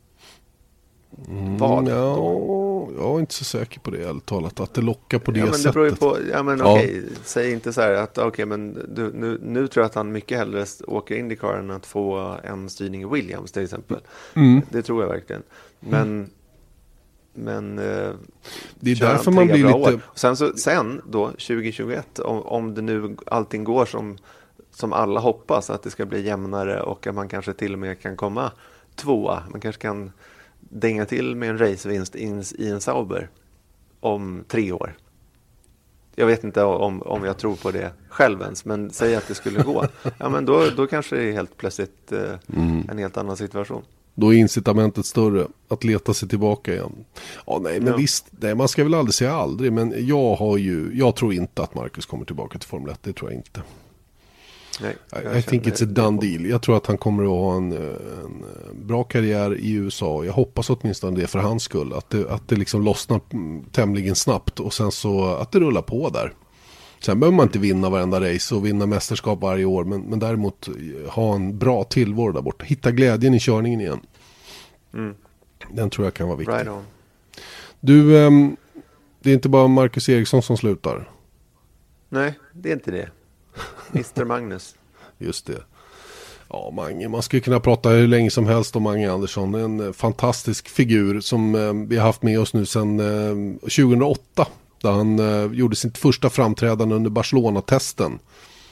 Mm, vad ja, jag är inte så säker på det ärligt talat, att det lockar på det ja, men det sättet. beror ju på, ja men ja. okej, säg inte så här att okej, men du, nu, nu tror jag att han mycket hellre åker IndyCar än att få en styrning i Williams till exempel. Mm. Det tror jag verkligen. Men mm. men eh, det är därför man blir lite år. Sen så sen då tjugo tjugoett, om, om det nu allting går som som alla hoppas, att det ska bli jämnare och att man kanske till och med kan komma tvåa, man kanske kan dänga till med en racevinst i en Sauber om tre år. Jag vet inte om, om jag tror på det själv ens, men säg att det skulle gå. Ja, men då, då kanske det är helt plötsligt eh, mm. en helt annan situation. Då är incitamentet större att leta sig tillbaka igen. Ja, nej, men ja. visst, nej, man ska väl aldrig säga aldrig, men jag har ju, jag tror inte att Marcus kommer tillbaka till Formel ett, det tror jag inte. Nej, I, I think it's a done deal. Jag tror att han kommer att ha en, en bra karriär i U S A. Jag hoppas åtminstone det för hans skull. Att det, att det liksom lossnar tämligen snabbt och sen så att det rullar på där. Sen behöver man inte vinna varenda race och vinna mästerskap varje år. Men, men däremot ha en bra tillvaro där borta. Hitta glädjen i körningen igen. Mm. Den tror jag kan vara viktig. Right on. Du, um, det är inte bara Marcus Eriksson som slutar. Nej, det är inte det. mister Magnus. Just det. Ja, Mange, man skulle kunna prata hur länge som helst om Mange Andersson. En fantastisk figur som eh, vi har haft med oss nu sedan eh, tjugohundraåtta. Där han eh, gjorde sitt första framträdande under Barcelona-testen.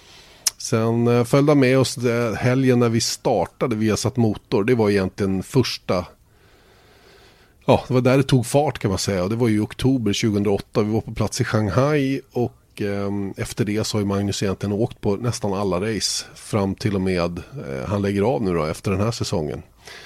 Sen eh, följde han med oss eh, helgen när vi startade Viasat Motor. Det var egentligen första... Ja, det var där det tog fart kan man säga. Och det var ju i oktober tjugohundraåtta. Vi var på plats i Shanghai och efter det så har ju Magnus egentligen åkt på nästan alla race fram till och med eh, han lägger av nu då efter den här säsongen.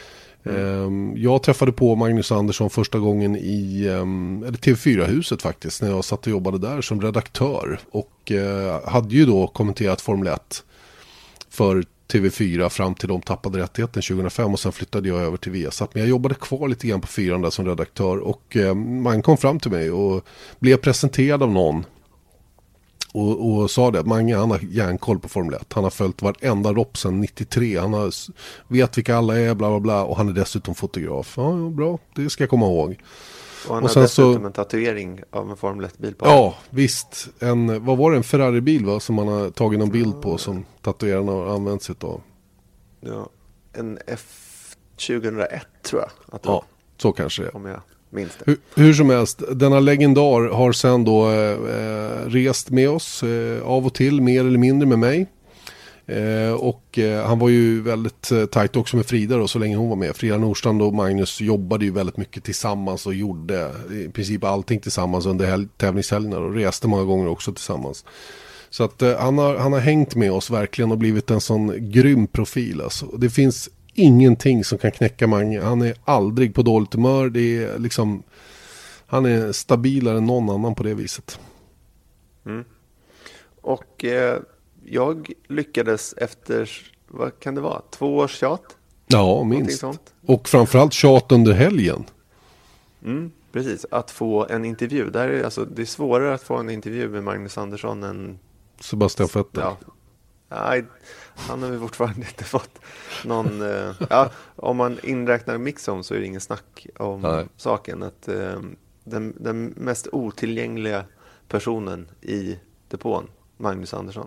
Mm. Eh, jag träffade på Magnus Andersson första gången i eh, T V fyra-huset faktiskt när jag satt och jobbade där som redaktör och eh, hade ju då kommenterat Formel ett för T V fyra fram till de tappade rättigheten tjugohundrafem och sen flyttade jag över till Viasat. Men jag jobbade kvar lite grann på fyran där som redaktör och eh, man kom fram till mig och blev presenterad av någon Och, och sa det att Mange, han har järnkoll på Formel ett. Han har följt varenda lopp sedan nittiotre. Han har, vet vilka alla är, bla bla bla. Och han är dessutom fotograf. Ja, ja bra. Det ska jag komma ihåg. Och han och har sen dessutom så, en tatuering av en Formel ett-bil på. Ja, visst. En, vad var det? En Ferrari-bil va? Som han har tagit någon bild på som tatueraren har använt sig av. Ja, en F tjugohundraett tror jag. Att ja, så kanske det är. Om jag minns det. Hur, hur som helst, denna legendar har sen då eh, rest med oss eh, av och till, mer eller mindre med mig. Eh, och eh, han var ju väldigt eh, tajt också med Frida då, så länge hon var med. Frida Nordstrand och Magnus jobbade ju väldigt mycket tillsammans och gjorde i princip allting tillsammans under hel- tävlingshelgerna och reste många gånger också tillsammans. Så att eh, han, har, han har hängt med oss verkligen och blivit en sån grym profil. Alltså. Det finns ingenting som kan knäcka Mange. Han är aldrig på dåligt humör. Det är liksom, han är stabilare än någon annan på det viset. Mm. Och eh, jag lyckades efter, vad kan det vara, två års tjat? Ja, minst. Och framförallt tjat under helgen. Mm, precis, att få en intervju. Där är, alltså, det är svårare att få en intervju med Magnus Andersson än Sebastian Vettel. Ja. Nej, han har vi fortfarande inte fått någon... eh, ja, om man inräknar Mixon så är det ingen snack om Nej. saken. Att eh, den, den mest otillgängliga personen i depån Magnus Andersson.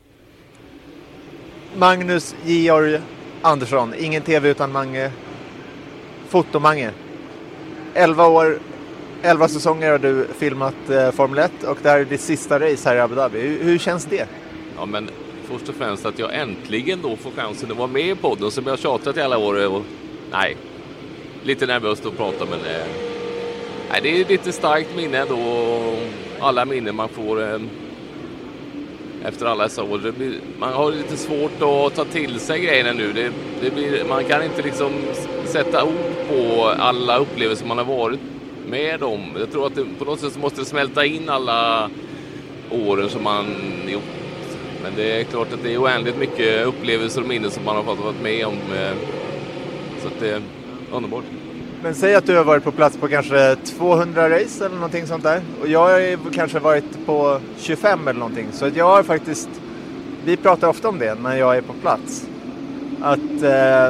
Magnus Georg Andersson, ingen tv utan Mange. Fotomange. elva år, elva säsonger har du filmat eh, Formel ett och det här är ditt sista race här i Abu Dhabi. Hur, hur känns det? Ja, men först och främst att jag äntligen då får chansen att vara med i podden som jag har tjatat i alla år. Och, nej, lite nervöst att prata, men eh, nej, det är lite starkt minne då. Alla minnen man får eh, efter alla dessa år. Det blir, man har lite svårt att ta till sig grejerna nu. Det, det blir, man kan inte liksom sätta ord på alla upplevelser man har varit med om. Jag tror att det, på något sätt måste smälta in alla åren som man gjort. Men det är klart att det är oändligt mycket upplevelser och minnen som man har fått varit med om. Så att det är underbart. Men säg att du har varit på plats på kanske tvåhundra race eller någonting sånt där. Och jag har kanske varit på tjugofem eller någonting. Så att jag har faktiskt, vi pratar ofta om det när jag är på plats. Att, eh,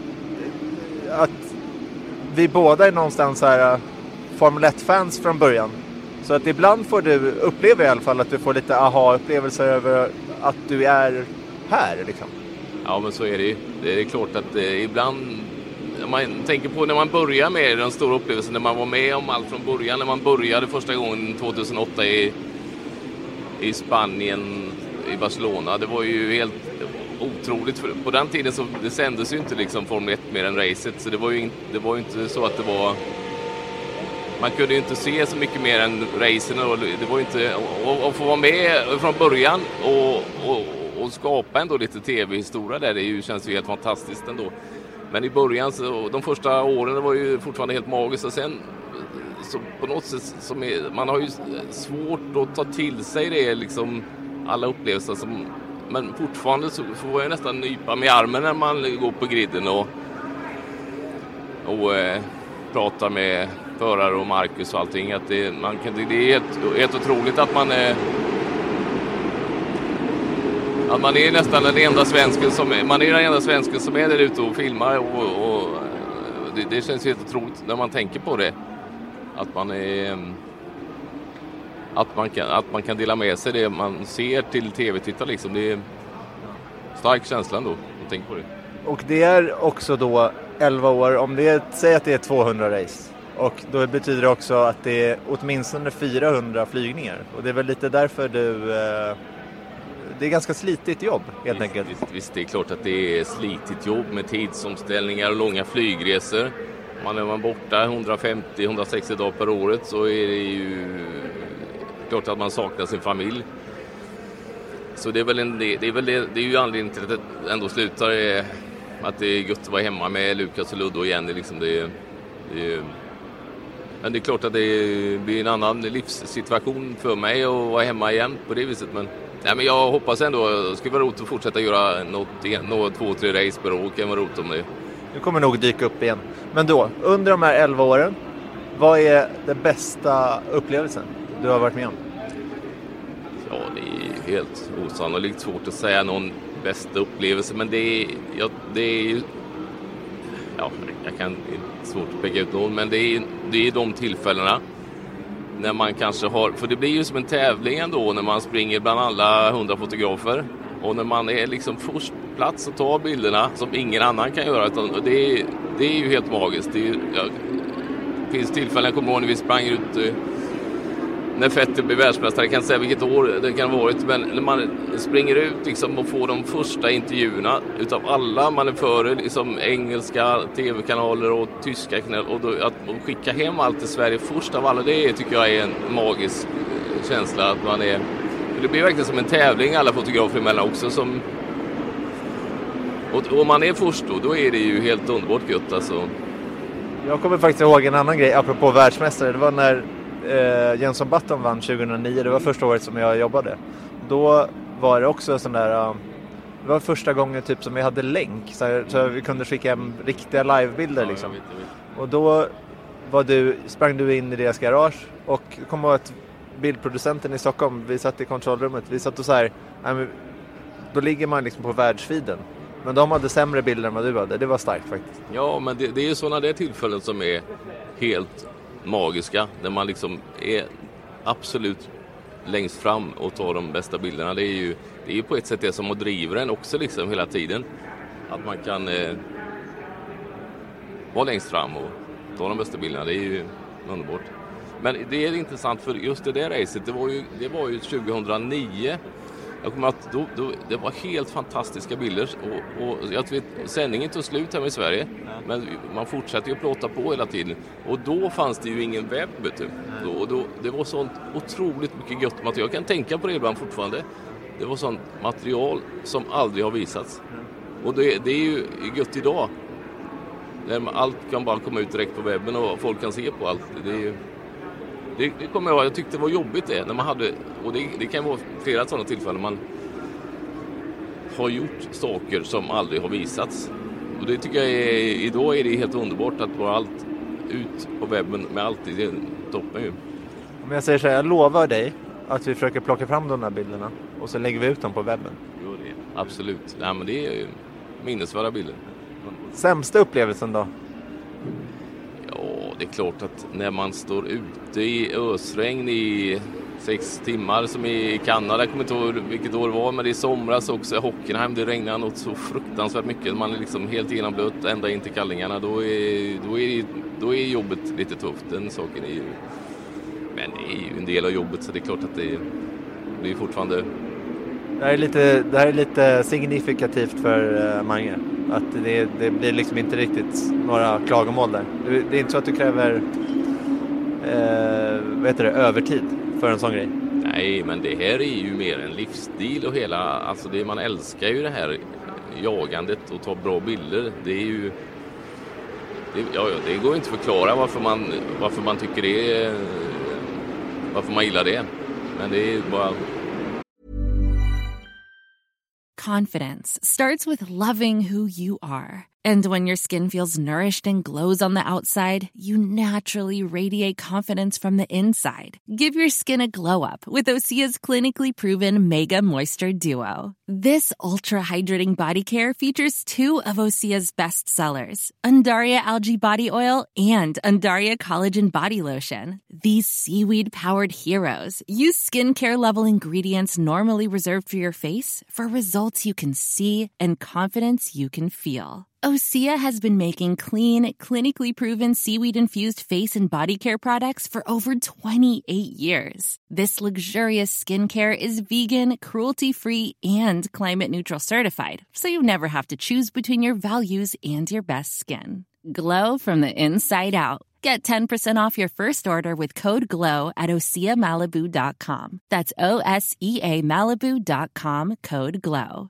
att vi båda är någonstans här Formel ett-fans från början. Så att ibland får du uppleva i alla fall att du får lite aha-upplevelser över att du är här liksom. Ja, men så är det ju. Det är klart att eh, ibland, man tänker på när man börjar med den stora upplevelsen, när man var med om allt från början, när man började första gången tjugohundraåtta i, i Spanien, i Barcelona. Det var ju helt otroligt. För på den tiden så det sändes ju inte liksom Formel ett mer än racet, så det var ju inte, det var ju inte så att det var, man kunde ju inte se så mycket mer än racen, och det var ju inte, och, och få vara med från början och, och, och skapa ändå lite tv-historia där, det ju, känns ju helt fantastiskt ändå. Men i början, så, de första åren det var ju fortfarande helt magiskt, och sen så på något sätt som är, man har ju svårt att ta till sig det liksom, alla upplevelser som, men fortfarande så får jag nästan nypa med armen när man går på griden och och eh, pratar med förare och Marcus och allting, att det, man kan, det är helt, helt otroligt att man är att man är nästan den enda svensken som är, man är den enda svensken som är där ute och filmar, och, och det, det känns helt otroligt när man tänker på det, att man är att man kan, att man kan dela med sig det man ser till tv-tittare liksom. Det är stark känsla ändå att tänka på det. Och det är också då elva år, om det säger att det är tvåhundra race, och då betyder det också att det är åtminstone fyrahundra flygningar, och det är väl lite därför du eh, det är ganska slitigt jobb helt visst, enkelt. Visst, visst, det är klart att det är slitigt jobb med tidsomställningar och långa flygresor. Man är man borta hundrafemtio till hundrasextio dagar per året, så är det ju klart att man saknar sin familj. Så det är väl en, det är väl det, det är ju anledningen till att det ändå slutar är att det är gött att vara hemma med Lukas och Ludde och Jenny liksom. Det är, det är, men det är klart att det blir en annan livssituation för mig att vara hemma igen på det viset, men nej, men jag hoppas ändå, det skulle vara roligt att fortsätta göra något, något två, tre race per år, kan vara roligt om det. Det kommer nog dyka upp igen. Men då, under de här elva åren, vad är den bästa upplevelsen du har varit med om? Ja, det är helt osannolikt svårt att säga någon bästa upplevelse, men det är, ja, det är ju, ja, jag kan, det är svårt att peka ut någon, men det är, det är de tillfällena när man kanske har, för det blir ju som en tävling ändå när man springer bland alla hundra fotografer, och när man är liksom först på plats och tar bilderna som ingen annan kan göra, utan det är, det är ju helt magiskt. Det, är, ja, det finns tillfällen, jag kommer ihåg när vi sprang ut när Vettel blev världsmästare, jag kan inte säga vilket år det kan ha varit, men när man springer ut liksom och får de första intervjuerna utav alla man är före, liksom engelska tv-kanaler och tyska kanaler, och då, att skicka hem allt till Sverige först av alla, det tycker jag är en magisk känsla, att man är, det blir verkligen som en tävling alla fotografer emellan också, som, och om man är först då, då är det ju helt underbart gött alltså. Jag kommer faktiskt ihåg en annan grej apropå världsmästare, det var när Eh, Jenson Button vann tjugohundranio, det var första året som jag jobbade. Då var det också sån där, uh, det var första gången typ som vi hade länk, så, här, så vi kunde skicka hem riktiga livebilder liksom. Ja, jag vet, jag vet. Och då var du, sprang du in i deras garage, och kom ihåg att bildproducenten i Stockholm, vi satt i kontrollrummet, vi satt och så här, äh, då ligger man liksom på världsviden. Men de hade sämre bilder än vad du hade, det var starkt faktiskt. Ja, men det, det är ju sådana där tillfällen som är helt magiska, när man liksom är absolut längst fram och ta de bästa bilderna. Det är ju, det är ju på ett sätt det som driver en också liksom hela tiden. Att man kan eh, vara längst fram och ta de bästa bilderna. Det är ju underbart. Men det är intressant för just det där racet, det var ju, det var ju tjugohundranio. Jag kommer att då, då, det var helt fantastiska bilder och, och jag vet, sändningen tog slut här i Sverige, men man fortsatte ju att plåta på hela tiden och då fanns det ju ingen webb, vet du. Då, då, det var sånt otroligt mycket gött material. Jag kan tänka på det ibland fortfarande. Det var sånt material som aldrig har visats och det, det är ju gött idag när allt kan bara komma ut direkt på webben och folk kan se på allt. Det är ju Det, det kommer jag ihåg, jag tyckte det var jobbigt det när man hade, och det, det kan vara flera sådana tillfällen man har gjort saker som aldrig har visats. Och det tycker jag är, idag är det helt underbart att vara allt ut på webben med allt, det är toppen ju. Om jag säger så här, jag lovar dig att vi försöker plocka fram de här bilderna och så lägger vi ut dem på webben. Jo, det är, absolut. Nej, men det är ju minnesvärda bilder. Sämsta upplevelsen då? Ja, det är klart att när man står ute i ösregn i sex timmar som i Kanada, jag kommer inte ihåg vilket år det var, men det är somras också i Hockenheim, det regnar något så fruktansvärt mycket, man är liksom helt genomblöt ända in till kallingarna, då är, då är, då är jobbet lite tufft, den saken är ju, men det är ju en del av jobbet så det är klart att det är, det är fortfarande. Det här är lite, det här är lite signifikativt för uh, Mange. Att det, det blir liksom inte riktigt några klagomål där. Det, det är inte så att du kräver eh, vad heter det, övertid för en sån grej. Nej, men det här är ju mer en livsstil och hela, alltså det, man älskar ju det här jagandet och ta bra bilder. Det är ju, det, ja, det går inte att förklara varför man, varför man tycker det är, varför man gillar det. Men det är bara... Confidence starts with loving who you are. And when your skin feels nourished and glows on the outside, you naturally radiate confidence from the inside. Give your skin a glow up with Osea's clinically proven Mega Moisture Duo. This ultra-hydrating body care features two of Osea's best sellers, Undaria Algae Body Oil and Undaria Collagen Body Lotion. These seaweed-powered heroes use skincare-level ingredients normally reserved for your face for results you can see and confidence you can feel. Osea has been making clean, clinically proven seaweed-infused face and body care products for over twenty-eight years. This luxurious skincare is vegan, cruelty-free, and climate-neutral certified, so you never have to choose between your values and your best skin. Glow from the inside out. Get ten percent off your first order with code GLOW at osea malibu dot com. That's O S E A Malibu dot com, code GLOW.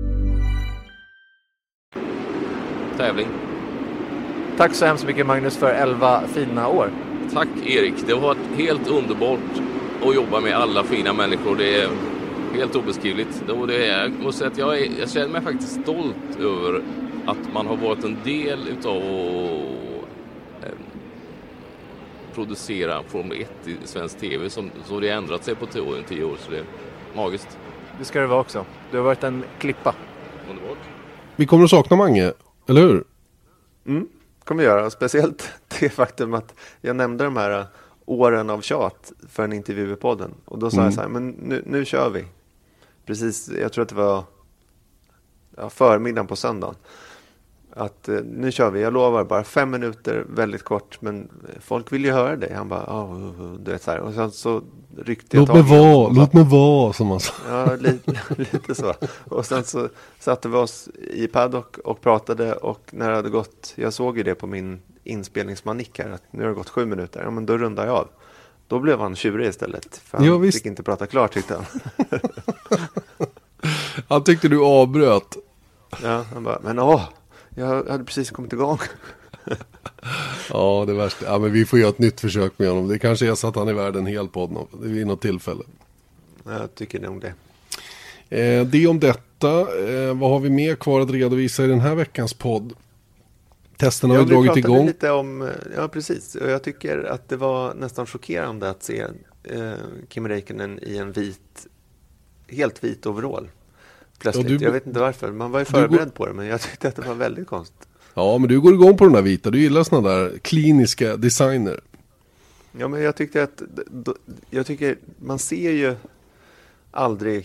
Tävling. Tack så hemskt mycket Magnus för elva fina år. Tack Erik, det har varit helt underbart att jobba med alla fina människor. Det är helt obeskrivligt. Det är, jag måste säga att jag, är, jag känner mig faktiskt stolt över att man har varit en del utav att eh, producera Formel ett i svensk tv som, så det har ändrat sig på tio år, tio år så det är magiskt. Det ska det vara också. Du har varit en klippa. Underbart. Vi kommer att sakna Mange, eller hur? Mm, kommer vi göra. Speciellt det faktum att jag nämnde de här åren av tjat för en intervju i podden. Och då sa mm. jag så här, men nu, nu kör vi. Precis, jag tror att det var ja, förmiddagen på söndagen. Att eh, nu kör vi, jag lovar, bara fem minuter, väldigt kort. Men folk vill ju höra det. Han bara, ja, oh, oh, du vet så här. Och sen så ryckte jag låt mig vara, låt mig vara, som man sa. Ja, lite, lite så. Och sen så satte vi oss i paddock och pratade. Och när det hade gått, jag såg ju det på min inspelningsmanik här, att nu har det gått sju minuter. Ja, men då rundar jag av. Då blev han tjurig istället. För han ja, visst. fick inte prata klart, tyckte han. Han tyckte du avbröt. Ja, han bara, men åh, jag hade precis kommit igång. Ja, det värsta. Ja, men vi får göra ett nytt försök med honom. Det kanske är så att han är värd en hel podd vid något tillfälle. Jag tycker nog det. Eh, det om detta. Eh, vad har vi mer kvar att redovisa i den här veckans podd? Testen har ja, vi dragit igång. igång. Lite om, ja, precis. Och jag tycker att det var nästan chockerande att se eh, Kimi Räikkönen i en vit, helt vit overall. Plötsligt. Ja, du, jag vet inte varför. Man var ju förberedd går... på det, men jag tyckte att det var väldigt konstigt. Ja, men du går igång på den där vita. Du gillar såna där kliniska designer. Ja, men jag tyckte att jag tycker man ser ju aldrig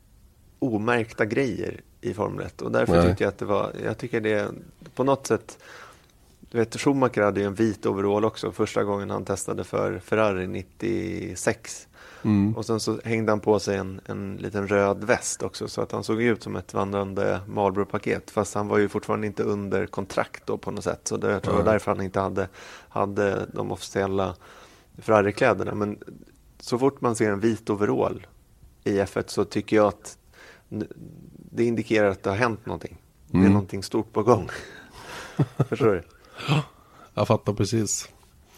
omärkta grejer i Formel ett och därför Nej. tyckte jag att det var, jag tycker det på något sätt, du vet, Schumacher hade ju en vit overall också första gången han testade för Ferrari nittiosex. Mm. Och sen så hängde han på sig en, en liten röd väst också så att han såg ut som ett vandrande Marlboro-paket, fast han var ju fortfarande inte under kontrakt då på något sätt, så det jag tror mm. var därför han inte hade, hade de officiella Ferrari-kläderna. Men så fort man ser en vit overall i F ett så tycker jag att det indikerar att det har hänt någonting. Mm. Det är någonting stort på gång. Förstår du? Jag fattar precis.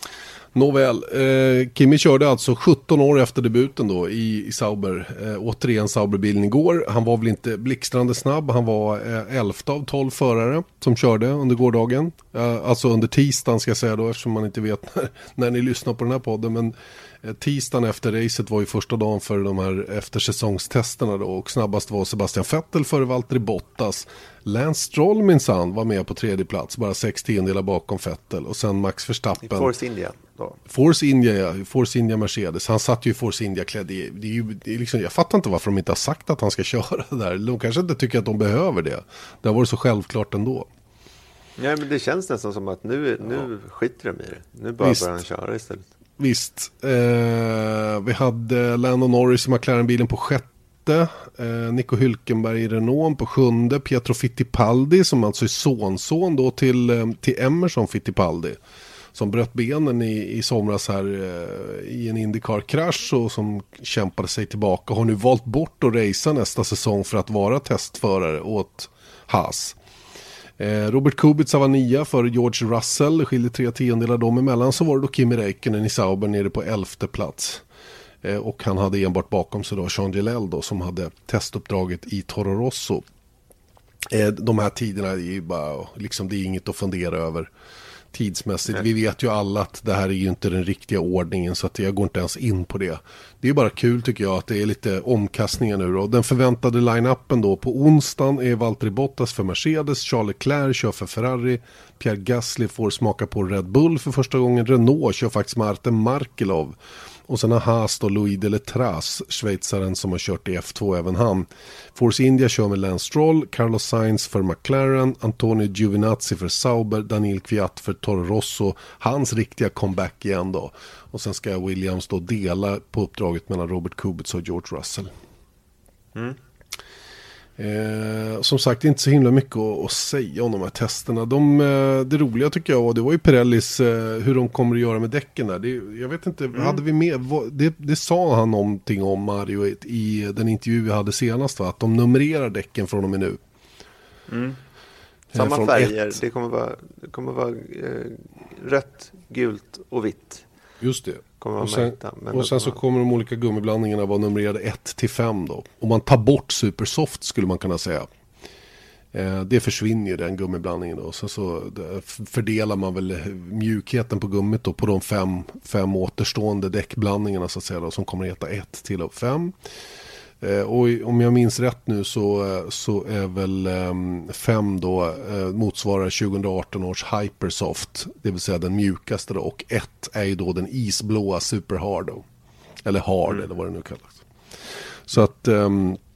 Nåväl, eh, Kimi körde alltså sjutton år efter debuten då i, i Sauber. Eh, återigen Sauberbilen igår. Han var väl inte blixtrande snabb. Han var eh, elfte av tolv förare som körde under gårdagen. Eh, alltså under tisdagen ska jag säga då, eftersom man inte vet när, när ni lyssnar på den här podden. Men eh, tisdagen efter racet var ju första dagen för de här eftersäsongstesterna då. Och snabbast var Sebastian Vettel före Valtteri Bottas. Lance Stroll minsann var med på tredje plats, bara sex tiondelar bakom Vettel. Och sen Max Verstappen. I Force India då. Force India, ja. Force India Mercedes. Han satt ju i Force India-klädd. Det, det är ju, det är liksom, jag fattar inte varför de inte har sagt att han ska köra det där. De kanske inte tycker att de behöver det. Det har varit så självklart ändå. Ja, men det känns nästan som att nu, nu ja. skiter de i det. Nu bara börjar han köra istället. Visst. Eh, vi hade Lando Norris i McLaren-bilen på sjätte. Eh, Nico Hülkenberg i Renault på sjunde. Pietro Fittipaldi som alltså är sonson då till, eh, till Emerson Fittipaldi. Som bröt benen i, i somras här eh, i en IndyCar-krasch och som kämpade sig tillbaka. Har nu valt bort att racea nästa säsong för att vara testförare åt Haas. Eh, Robert Kubica var nia för George Russell. Det skiljer tre tiondelar dem emellan. Så var det då Kimi Räikkönen i Sauber nere på elfte plats. Eh, och han hade enbart bakom sig då Jean Gilles då, som hade testuppdraget i Toro Rosso. Eh, de här tiderna är ju bara, liksom, det är inget att fundera över tidsmässigt. Vi vet ju alla att det här är ju inte den riktiga ordningen, så att jag går inte ens in på det. Det är bara kul tycker jag att det är lite omkastningar nu då. Den förväntade line-upen då på onsdagen är Valtteri Bottas för Mercedes, Charles Leclerc kör för Ferrari, Pierre Gasly får smaka på Red Bull för första gången, Renault kör faktiskt Martin Markelov. Och sen har Haas då Louis Deletraz, schweizaren som har kört i F två även han. Force India kör med Lance Stroll, Carlos Sainz för McLaren, Antonio Giovinazzi för Sauber, Daniel Kvyat för Toro Rosso. Hans riktiga comeback igen då. Och sen ska Williams då dela på uppdraget mellan Robert Kubica och George Russell. Mm. Eh, som sagt, inte så himla mycket att, att säga om de här testerna. De, eh, det roliga tycker jag, och det var ju Pirellis eh, hur de kommer att göra med däcken där. Det, jag vet inte, mm. hade vi med, vad, det, det sa han någonting om, Mario, i, i den intervju vi hade senast, va? Att de numrerar däcken från och med nu. Mm. Samma eh, färger, ett. det kommer vara, det kommer vara eh, rött, gult och vitt. Just det. Och sen, märkta, och sen så kommer de olika gummiblandningarna vara numrerade ett till fem då. Om man tar bort Supersoft skulle man kunna säga. Eh, det försvinner ju den gummiblandningen då. Sen så fördelar man väl mjukheten på gummit då på de fem, fem återstående däckblandningarna så att säga då, som kommer att heta ett till fem. Eh, och om jag minns rätt nu så, så är väl eh, fem då eh, motsvarar tjugo arton års Hypersoft, det vill säga den mjukaste då, och ett är ju då den isblåa Superhard då, eller Hard mm. eller vad det nu kallas. Så att eh,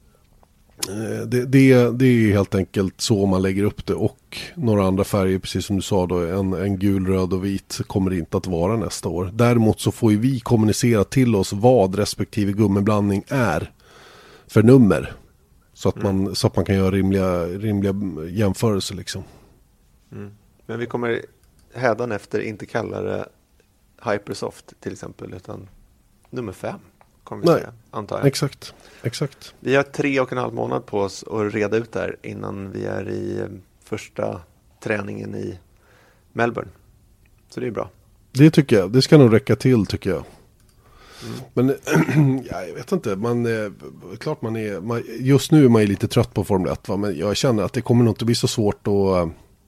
det, det, det är helt enkelt så man lägger upp det, och några andra färger, precis som du sa då, en, en gul, röd och vit kommer inte att vara nästa år. Däremot så får ju vi kommunicera till oss vad respektive gummiblandning är för nummer, så att man, mm. så att man kan göra rimliga, rimliga jämförelser liksom. Mm. Men vi kommer hädanefter inte kalla det Hypersoft till exempel, utan nummer fem kommer vi Nej. säga, antar jag. Exakt, exakt. Vi har tre och en halv månad på oss att reda ut där innan vi är i första träningen i Melbourne. Så det är bra. Det tycker jag, det ska nog räcka till tycker jag. Mm. Men ja, jag vet inte, man, klart man är, man, just nu är man ju lite trött på Formel ett, va? Men jag känner att det kommer nog inte bli så svårt att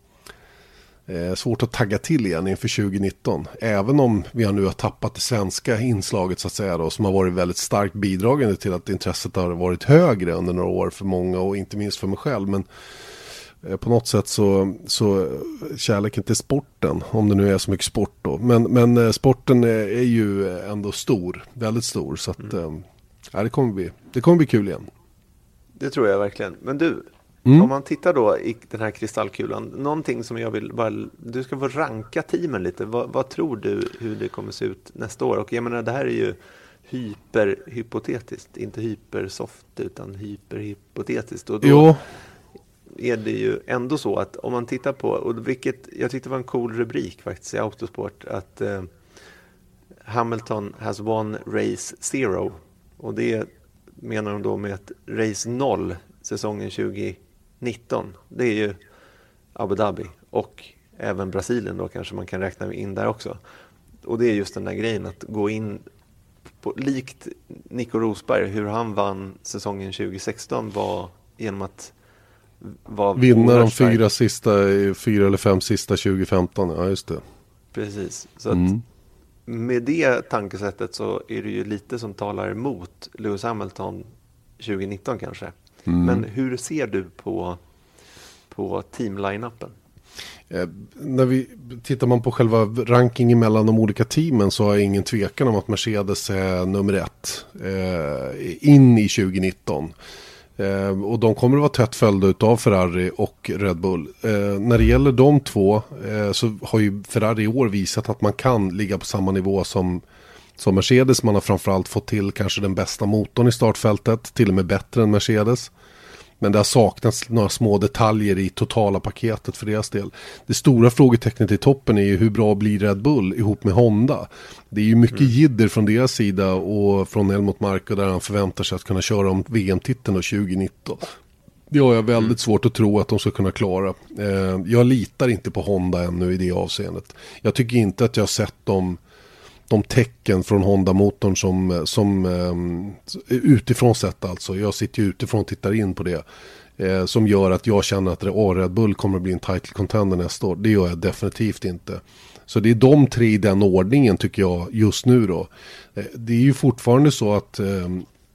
eh, svårt att tagga till igen inför tjugo nitton, även om vi har nu har tappat det svenska inslaget så att säga då, som har varit väldigt starkt bidragande till att intresset har varit högre under några år för många och inte minst för mig själv. Men Eh, på något sätt så, så kärleken till sporten, om det nu är så mycket sport då. Men, men eh, sporten är, är ju ändå stor, väldigt stor. Så att, mm. eh, ja, det, kommer bli, det kommer bli kul igen. Det tror jag verkligen. Men du, mm. om man tittar då i den här kristallkulan, någonting som jag vill bara, du ska få ranka teamen lite. Vad, vad tror du hur det kommer se ut nästa år? Och jag menar, det här är ju hyperhypotetiskt, inte hypersoft utan hyperhypotetiskt. Och då jo. är det ju ändå så att om man tittar på, och vilket jag tyckte var en cool rubrik faktiskt i Autosport, att eh, Hamilton has won race zero. Och det menar de då med att race noll säsongen tjugo nitton. Det är ju Abu Dhabi och även Brasilien då kanske man kan räkna in där också. Och det är just den där grejen att gå in på, likt Nico Rosberg, hur han vann säsongen tjugo sexton var genom att var vinna de fyra sista, fyra eller fem sista tjugo femton, ja just det. Precis, så att mm. med det tankesättet så är det ju lite som talar emot Lewis Hamilton tjugo nitton kanske. Mm. Men hur ser du på, på team-line-upen? Eh, när vi tittar man på själva rankingen mellan de olika teamen så har jag ingen tvekan om att Mercedes är nummer ett eh, in i tjugo nitton. Eh, och de kommer att vara tätt följda av Ferrari och Red Bull. Eh, när det gäller de två eh, så har ju Ferrari i år visat att man kan ligga på samma nivå som, som Mercedes. Man har framförallt fått till kanske den bästa motorn i startfältet, till och med bättre än Mercedes. Men det har saknats några små detaljer i totala paketet för deras del. Det stora frågetecknet i toppen är ju hur bra blir Red Bull ihop med Honda. Det är ju mycket mm. jidder från deras sida och från Helmut Marko där han förväntar sig att kunna köra om V M-titeln tjugo nitton. Det har jag väldigt mm. svårt att tro att de ska kunna klara. Eh, jag litar inte på Honda ännu i det avseendet. Jag tycker inte att jag har sett dem de tecken från Honda-motorn som, som um, utifrån sett alltså. Jag sitter ju utifrån och tittar in på det. Eh, som gör att jag känner att Red Bull kommer att bli en title contender nästa år. Det gör jag definitivt inte. Så det är de tre i den ordningen tycker jag just nu då. Eh, det är ju fortfarande så att eh,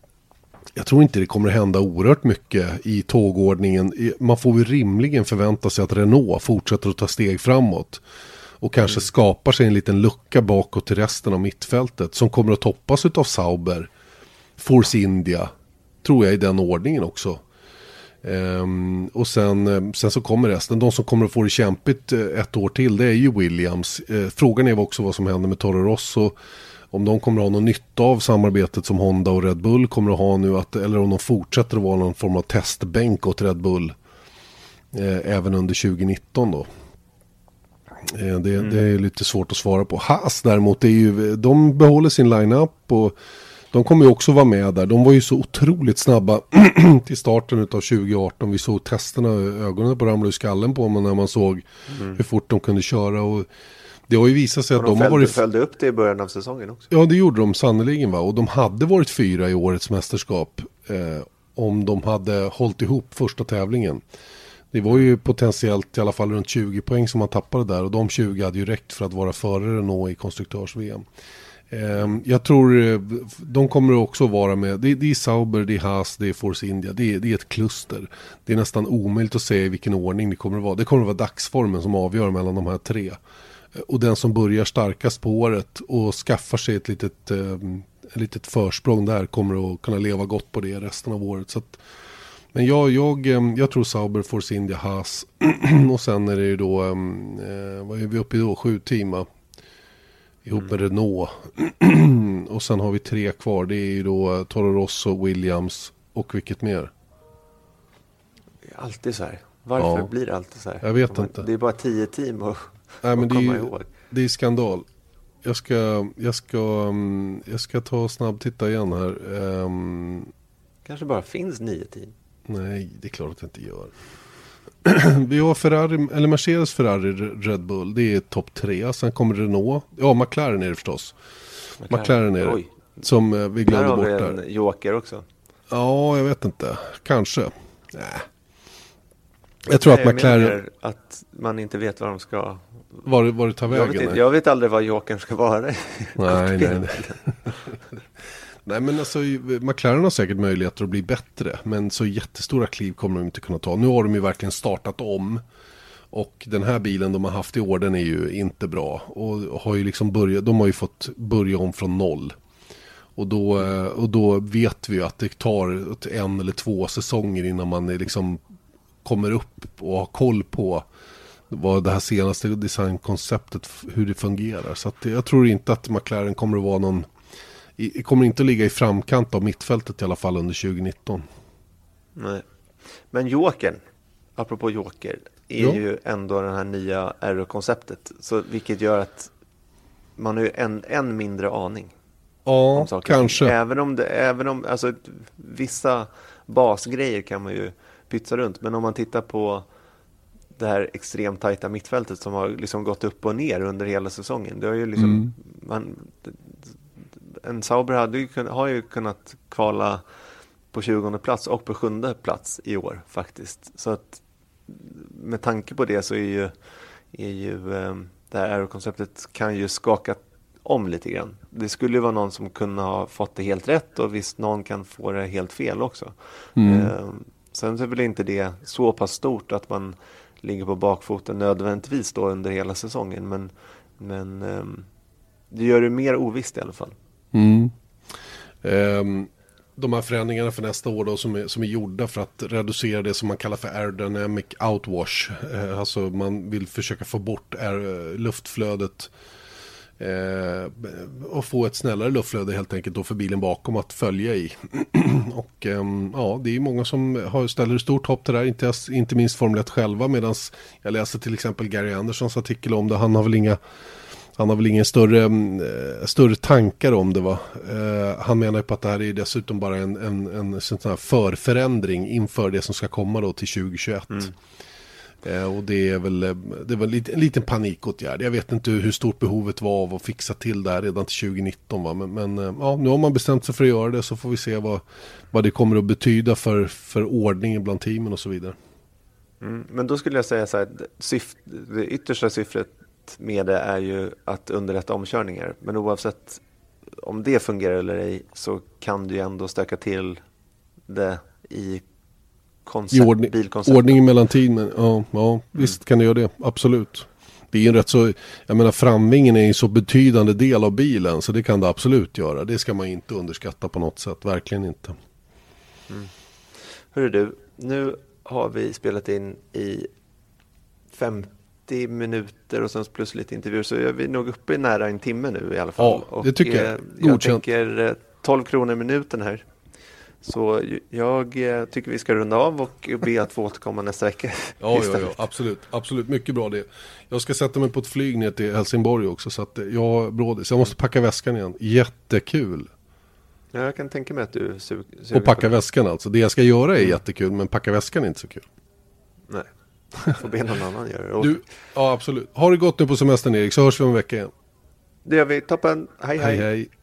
jag tror inte det kommer att hända oerhört mycket i tågordningen. Man får ju rimligen förvänta sig att Renault fortsätter att ta steg framåt. Och kanske mm. skapar sig en liten lucka bakåt till resten av mittfältet. Som kommer att toppas av Sauber, Force India. Tror jag i den ordningen också. Um, och sen, sen så kommer resten. De som kommer att få det kämpigt ett år till, det är ju Williams. Uh, frågan är också vad som händer med Toro Rosso. Om de kommer att ha någon nytta av samarbetet som Honda och Red Bull kommer att ha nu. Att, eller om de fortsätter att vara någon form av testbänk åt Red Bull. Uh, även under tjugo nitton då. Det, mm. det är lite svårt att svara på. Haas däremot, är ju, de behåller sin line-up och de kommer ju också vara med där. De var ju så otroligt snabba till starten av tjugo arton. Vi såg testerna, ögonen på ramla i skallen på men när man såg mm. hur fort de kunde köra. Och det har ju visat sig att de, de följde, har varit... följde upp det i början av säsongen också. Ja, det gjorde de sannoliken va. Och de hade varit fyra i årets mästerskap eh, om de hade hållit ihop första tävlingen. Det var ju potentiellt i alla fall runt tjugo poäng som man tappade där. Och de tjugo hade ju räckt för att vara före Renault i konstruktörs-V M. Eh, jag tror de kommer också vara med. Det, det är Sauber, det är Haas, det är Force India. Det är, det är ett kluster. Det är nästan omöjligt att säga i vilken ordning det kommer att vara. Det kommer att vara dagsformen som avgör mellan de här tre. Och den som börjar starkast på året och skaffar sig ett litet, eh, ett litet försprång där kommer att kunna leva gott på det resten av året. Så att, men jag, jag, jag tror Sauber, Force India, Haas och sen är det ju då, eh, vad är vi uppe i då? Sju timmar ihop med Renault. Och sen har vi tre kvar. Det är ju då Toro Rosso, Williams och vilket mer? Det är alltid så här. Varför ja. blir det alltid så här? Jag vet man, inte. Det är bara tio team och, Nej, men och det komma är, ihåg. Det är skandal. Jag ska, jag ska, jag ska ta och snabb titta igen här. Um, Kanske bara finns nio team. Nej, det är klart att det inte gör. Vi har Ferrari, eller Mercedes, Ferrari, Red Bull. Det är topp tre. Sen kommer Renault. Ja, McLaren är det förstås. McLaren, McLaren är det. Oj. Som uh, vi glömde bort där. Där har vi en joker också. Ja, jag vet inte. Kanske. Nej. Jag tror Nej, att McLaren... att man inte vet vad de ska... Var, var det tar vägen? Jag vet, jag vet aldrig vad jokern ska vara. Nej, nej, nej. Nej, men alltså McLaren har säkert möjligheter att bli bättre, men så jättestora kliv kommer de inte kunna ta. Nu har de ju verkligen startat om, och den här bilen de har haft i år, den är ju inte bra, och har ju liksom börjat, de har ju fått börja om från noll. Och då, och då vet vi ju att det tar en eller två säsonger innan man är liksom kommer upp och har koll på vad det här senaste designkonceptet, hur det fungerar. Så att jag tror inte att McLaren kommer att vara någon, kommer inte att ligga i framkant av mittfältet i alla fall under tjugonitton. Nej. Men Jokern, apropå Joker, är ja. ju ändå den här nya aero-konceptet, så vilket gör att man har ju en, en mindre aning. Ja, kanske. Även om det, även om, alltså vissa basgrejer kan man ju pytsa runt, men om man tittar på det här extremt tajta mittfältet som har liksom gått upp och ner under hela säsongen. Det har ju liksom, mm. man, en Sauber hade ju, har ju kunnat kvala på tjugonde plats och på sjunde plats i år faktiskt. Så att med tanke på det så är ju, är ju det här aerokonceptet kan ju skaka om lite grann. Det skulle ju vara någon som kunde ha fått det helt rätt, och visst någon kan få det helt fel också. Mm. Eh, sen är väl inte det så pass stort att man ligger på bakfoten nödvändigtvis då under hela säsongen, men, men eh, det gör det mer ovisst i alla fall. Mm. Um, de här förändringarna för nästa år då, som är, som är gjorda för att reducera det som man kallar för aerodynamic outwash. Uh, alltså man vill försöka få bort air, luftflödet uh, och få ett snällare luftflöde helt enkelt då för bilen bakom att följa i. Och um, ja, det är många som har, ställer stort hopp till det här, inte, inte minst Formel ett själva, medan jag läser till exempel Gary Andersons artikel om det. Han har väl inga Han har väl ingen större, äh, större tankar om det, va? Äh, han menar ju på att det här är dessutom bara en, en, en sån här förförändring inför det som ska komma då till tjugohundratjugoett. Mm. Äh, och det är väl, det är väl en, en liten panikåtgärd. Jag vet inte hur stort behovet var av att fixa till det här redan till tjugonitton, va? Men, men ja, nu har man bestämt sig för att göra det, så får vi se vad, vad det kommer att betyda för, för ordningen bland teamen och så vidare. Mm, men då skulle jag säga så här, syft, det yttersta syftet med det är ju att underlätta omkörningar, men oavsett om det fungerar eller ej så kan du ju ändå stöka till det i koncept, ordning, bilkonceptet. Ordningen mellan teamen, ja, ja mm. visst kan det göra det, absolut. Det är en rätt så, jag menar framvingen är en så betydande del av bilen, så det kan det absolut göra. Det ska man inte underskatta på något sätt, verkligen inte. Mm. Hörru du, nu har vi spelat in i femtio minuter och sen plus lite intervjuer, så är vi nog uppe i nära en timme nu i alla fall. Ja, det tycker jag. Och jag tänker tolv kronor minuten här. Så jag tycker vi ska runda av och be att få återkomma nästa vecka. Ja, ja, ja, absolut. Absolut, mycket bra det. Jag ska sätta mig på ett flyg ner till Helsingborg också, så att jag brådis. Jag måste packa väskan igen. Jättekul. Ja, jag kan tänka mig att du sug, suger och packa väskan alltså. Det jag ska göra är jättekul, men packa väskan är inte så kul. Nej. Får be någon annan göra det. Du, ja, absolut. Har det gått nu på semestern, Erik, så hörs vi om en vecka igen. Det gör vi. Toppen. Hej, hej. Hej, hej.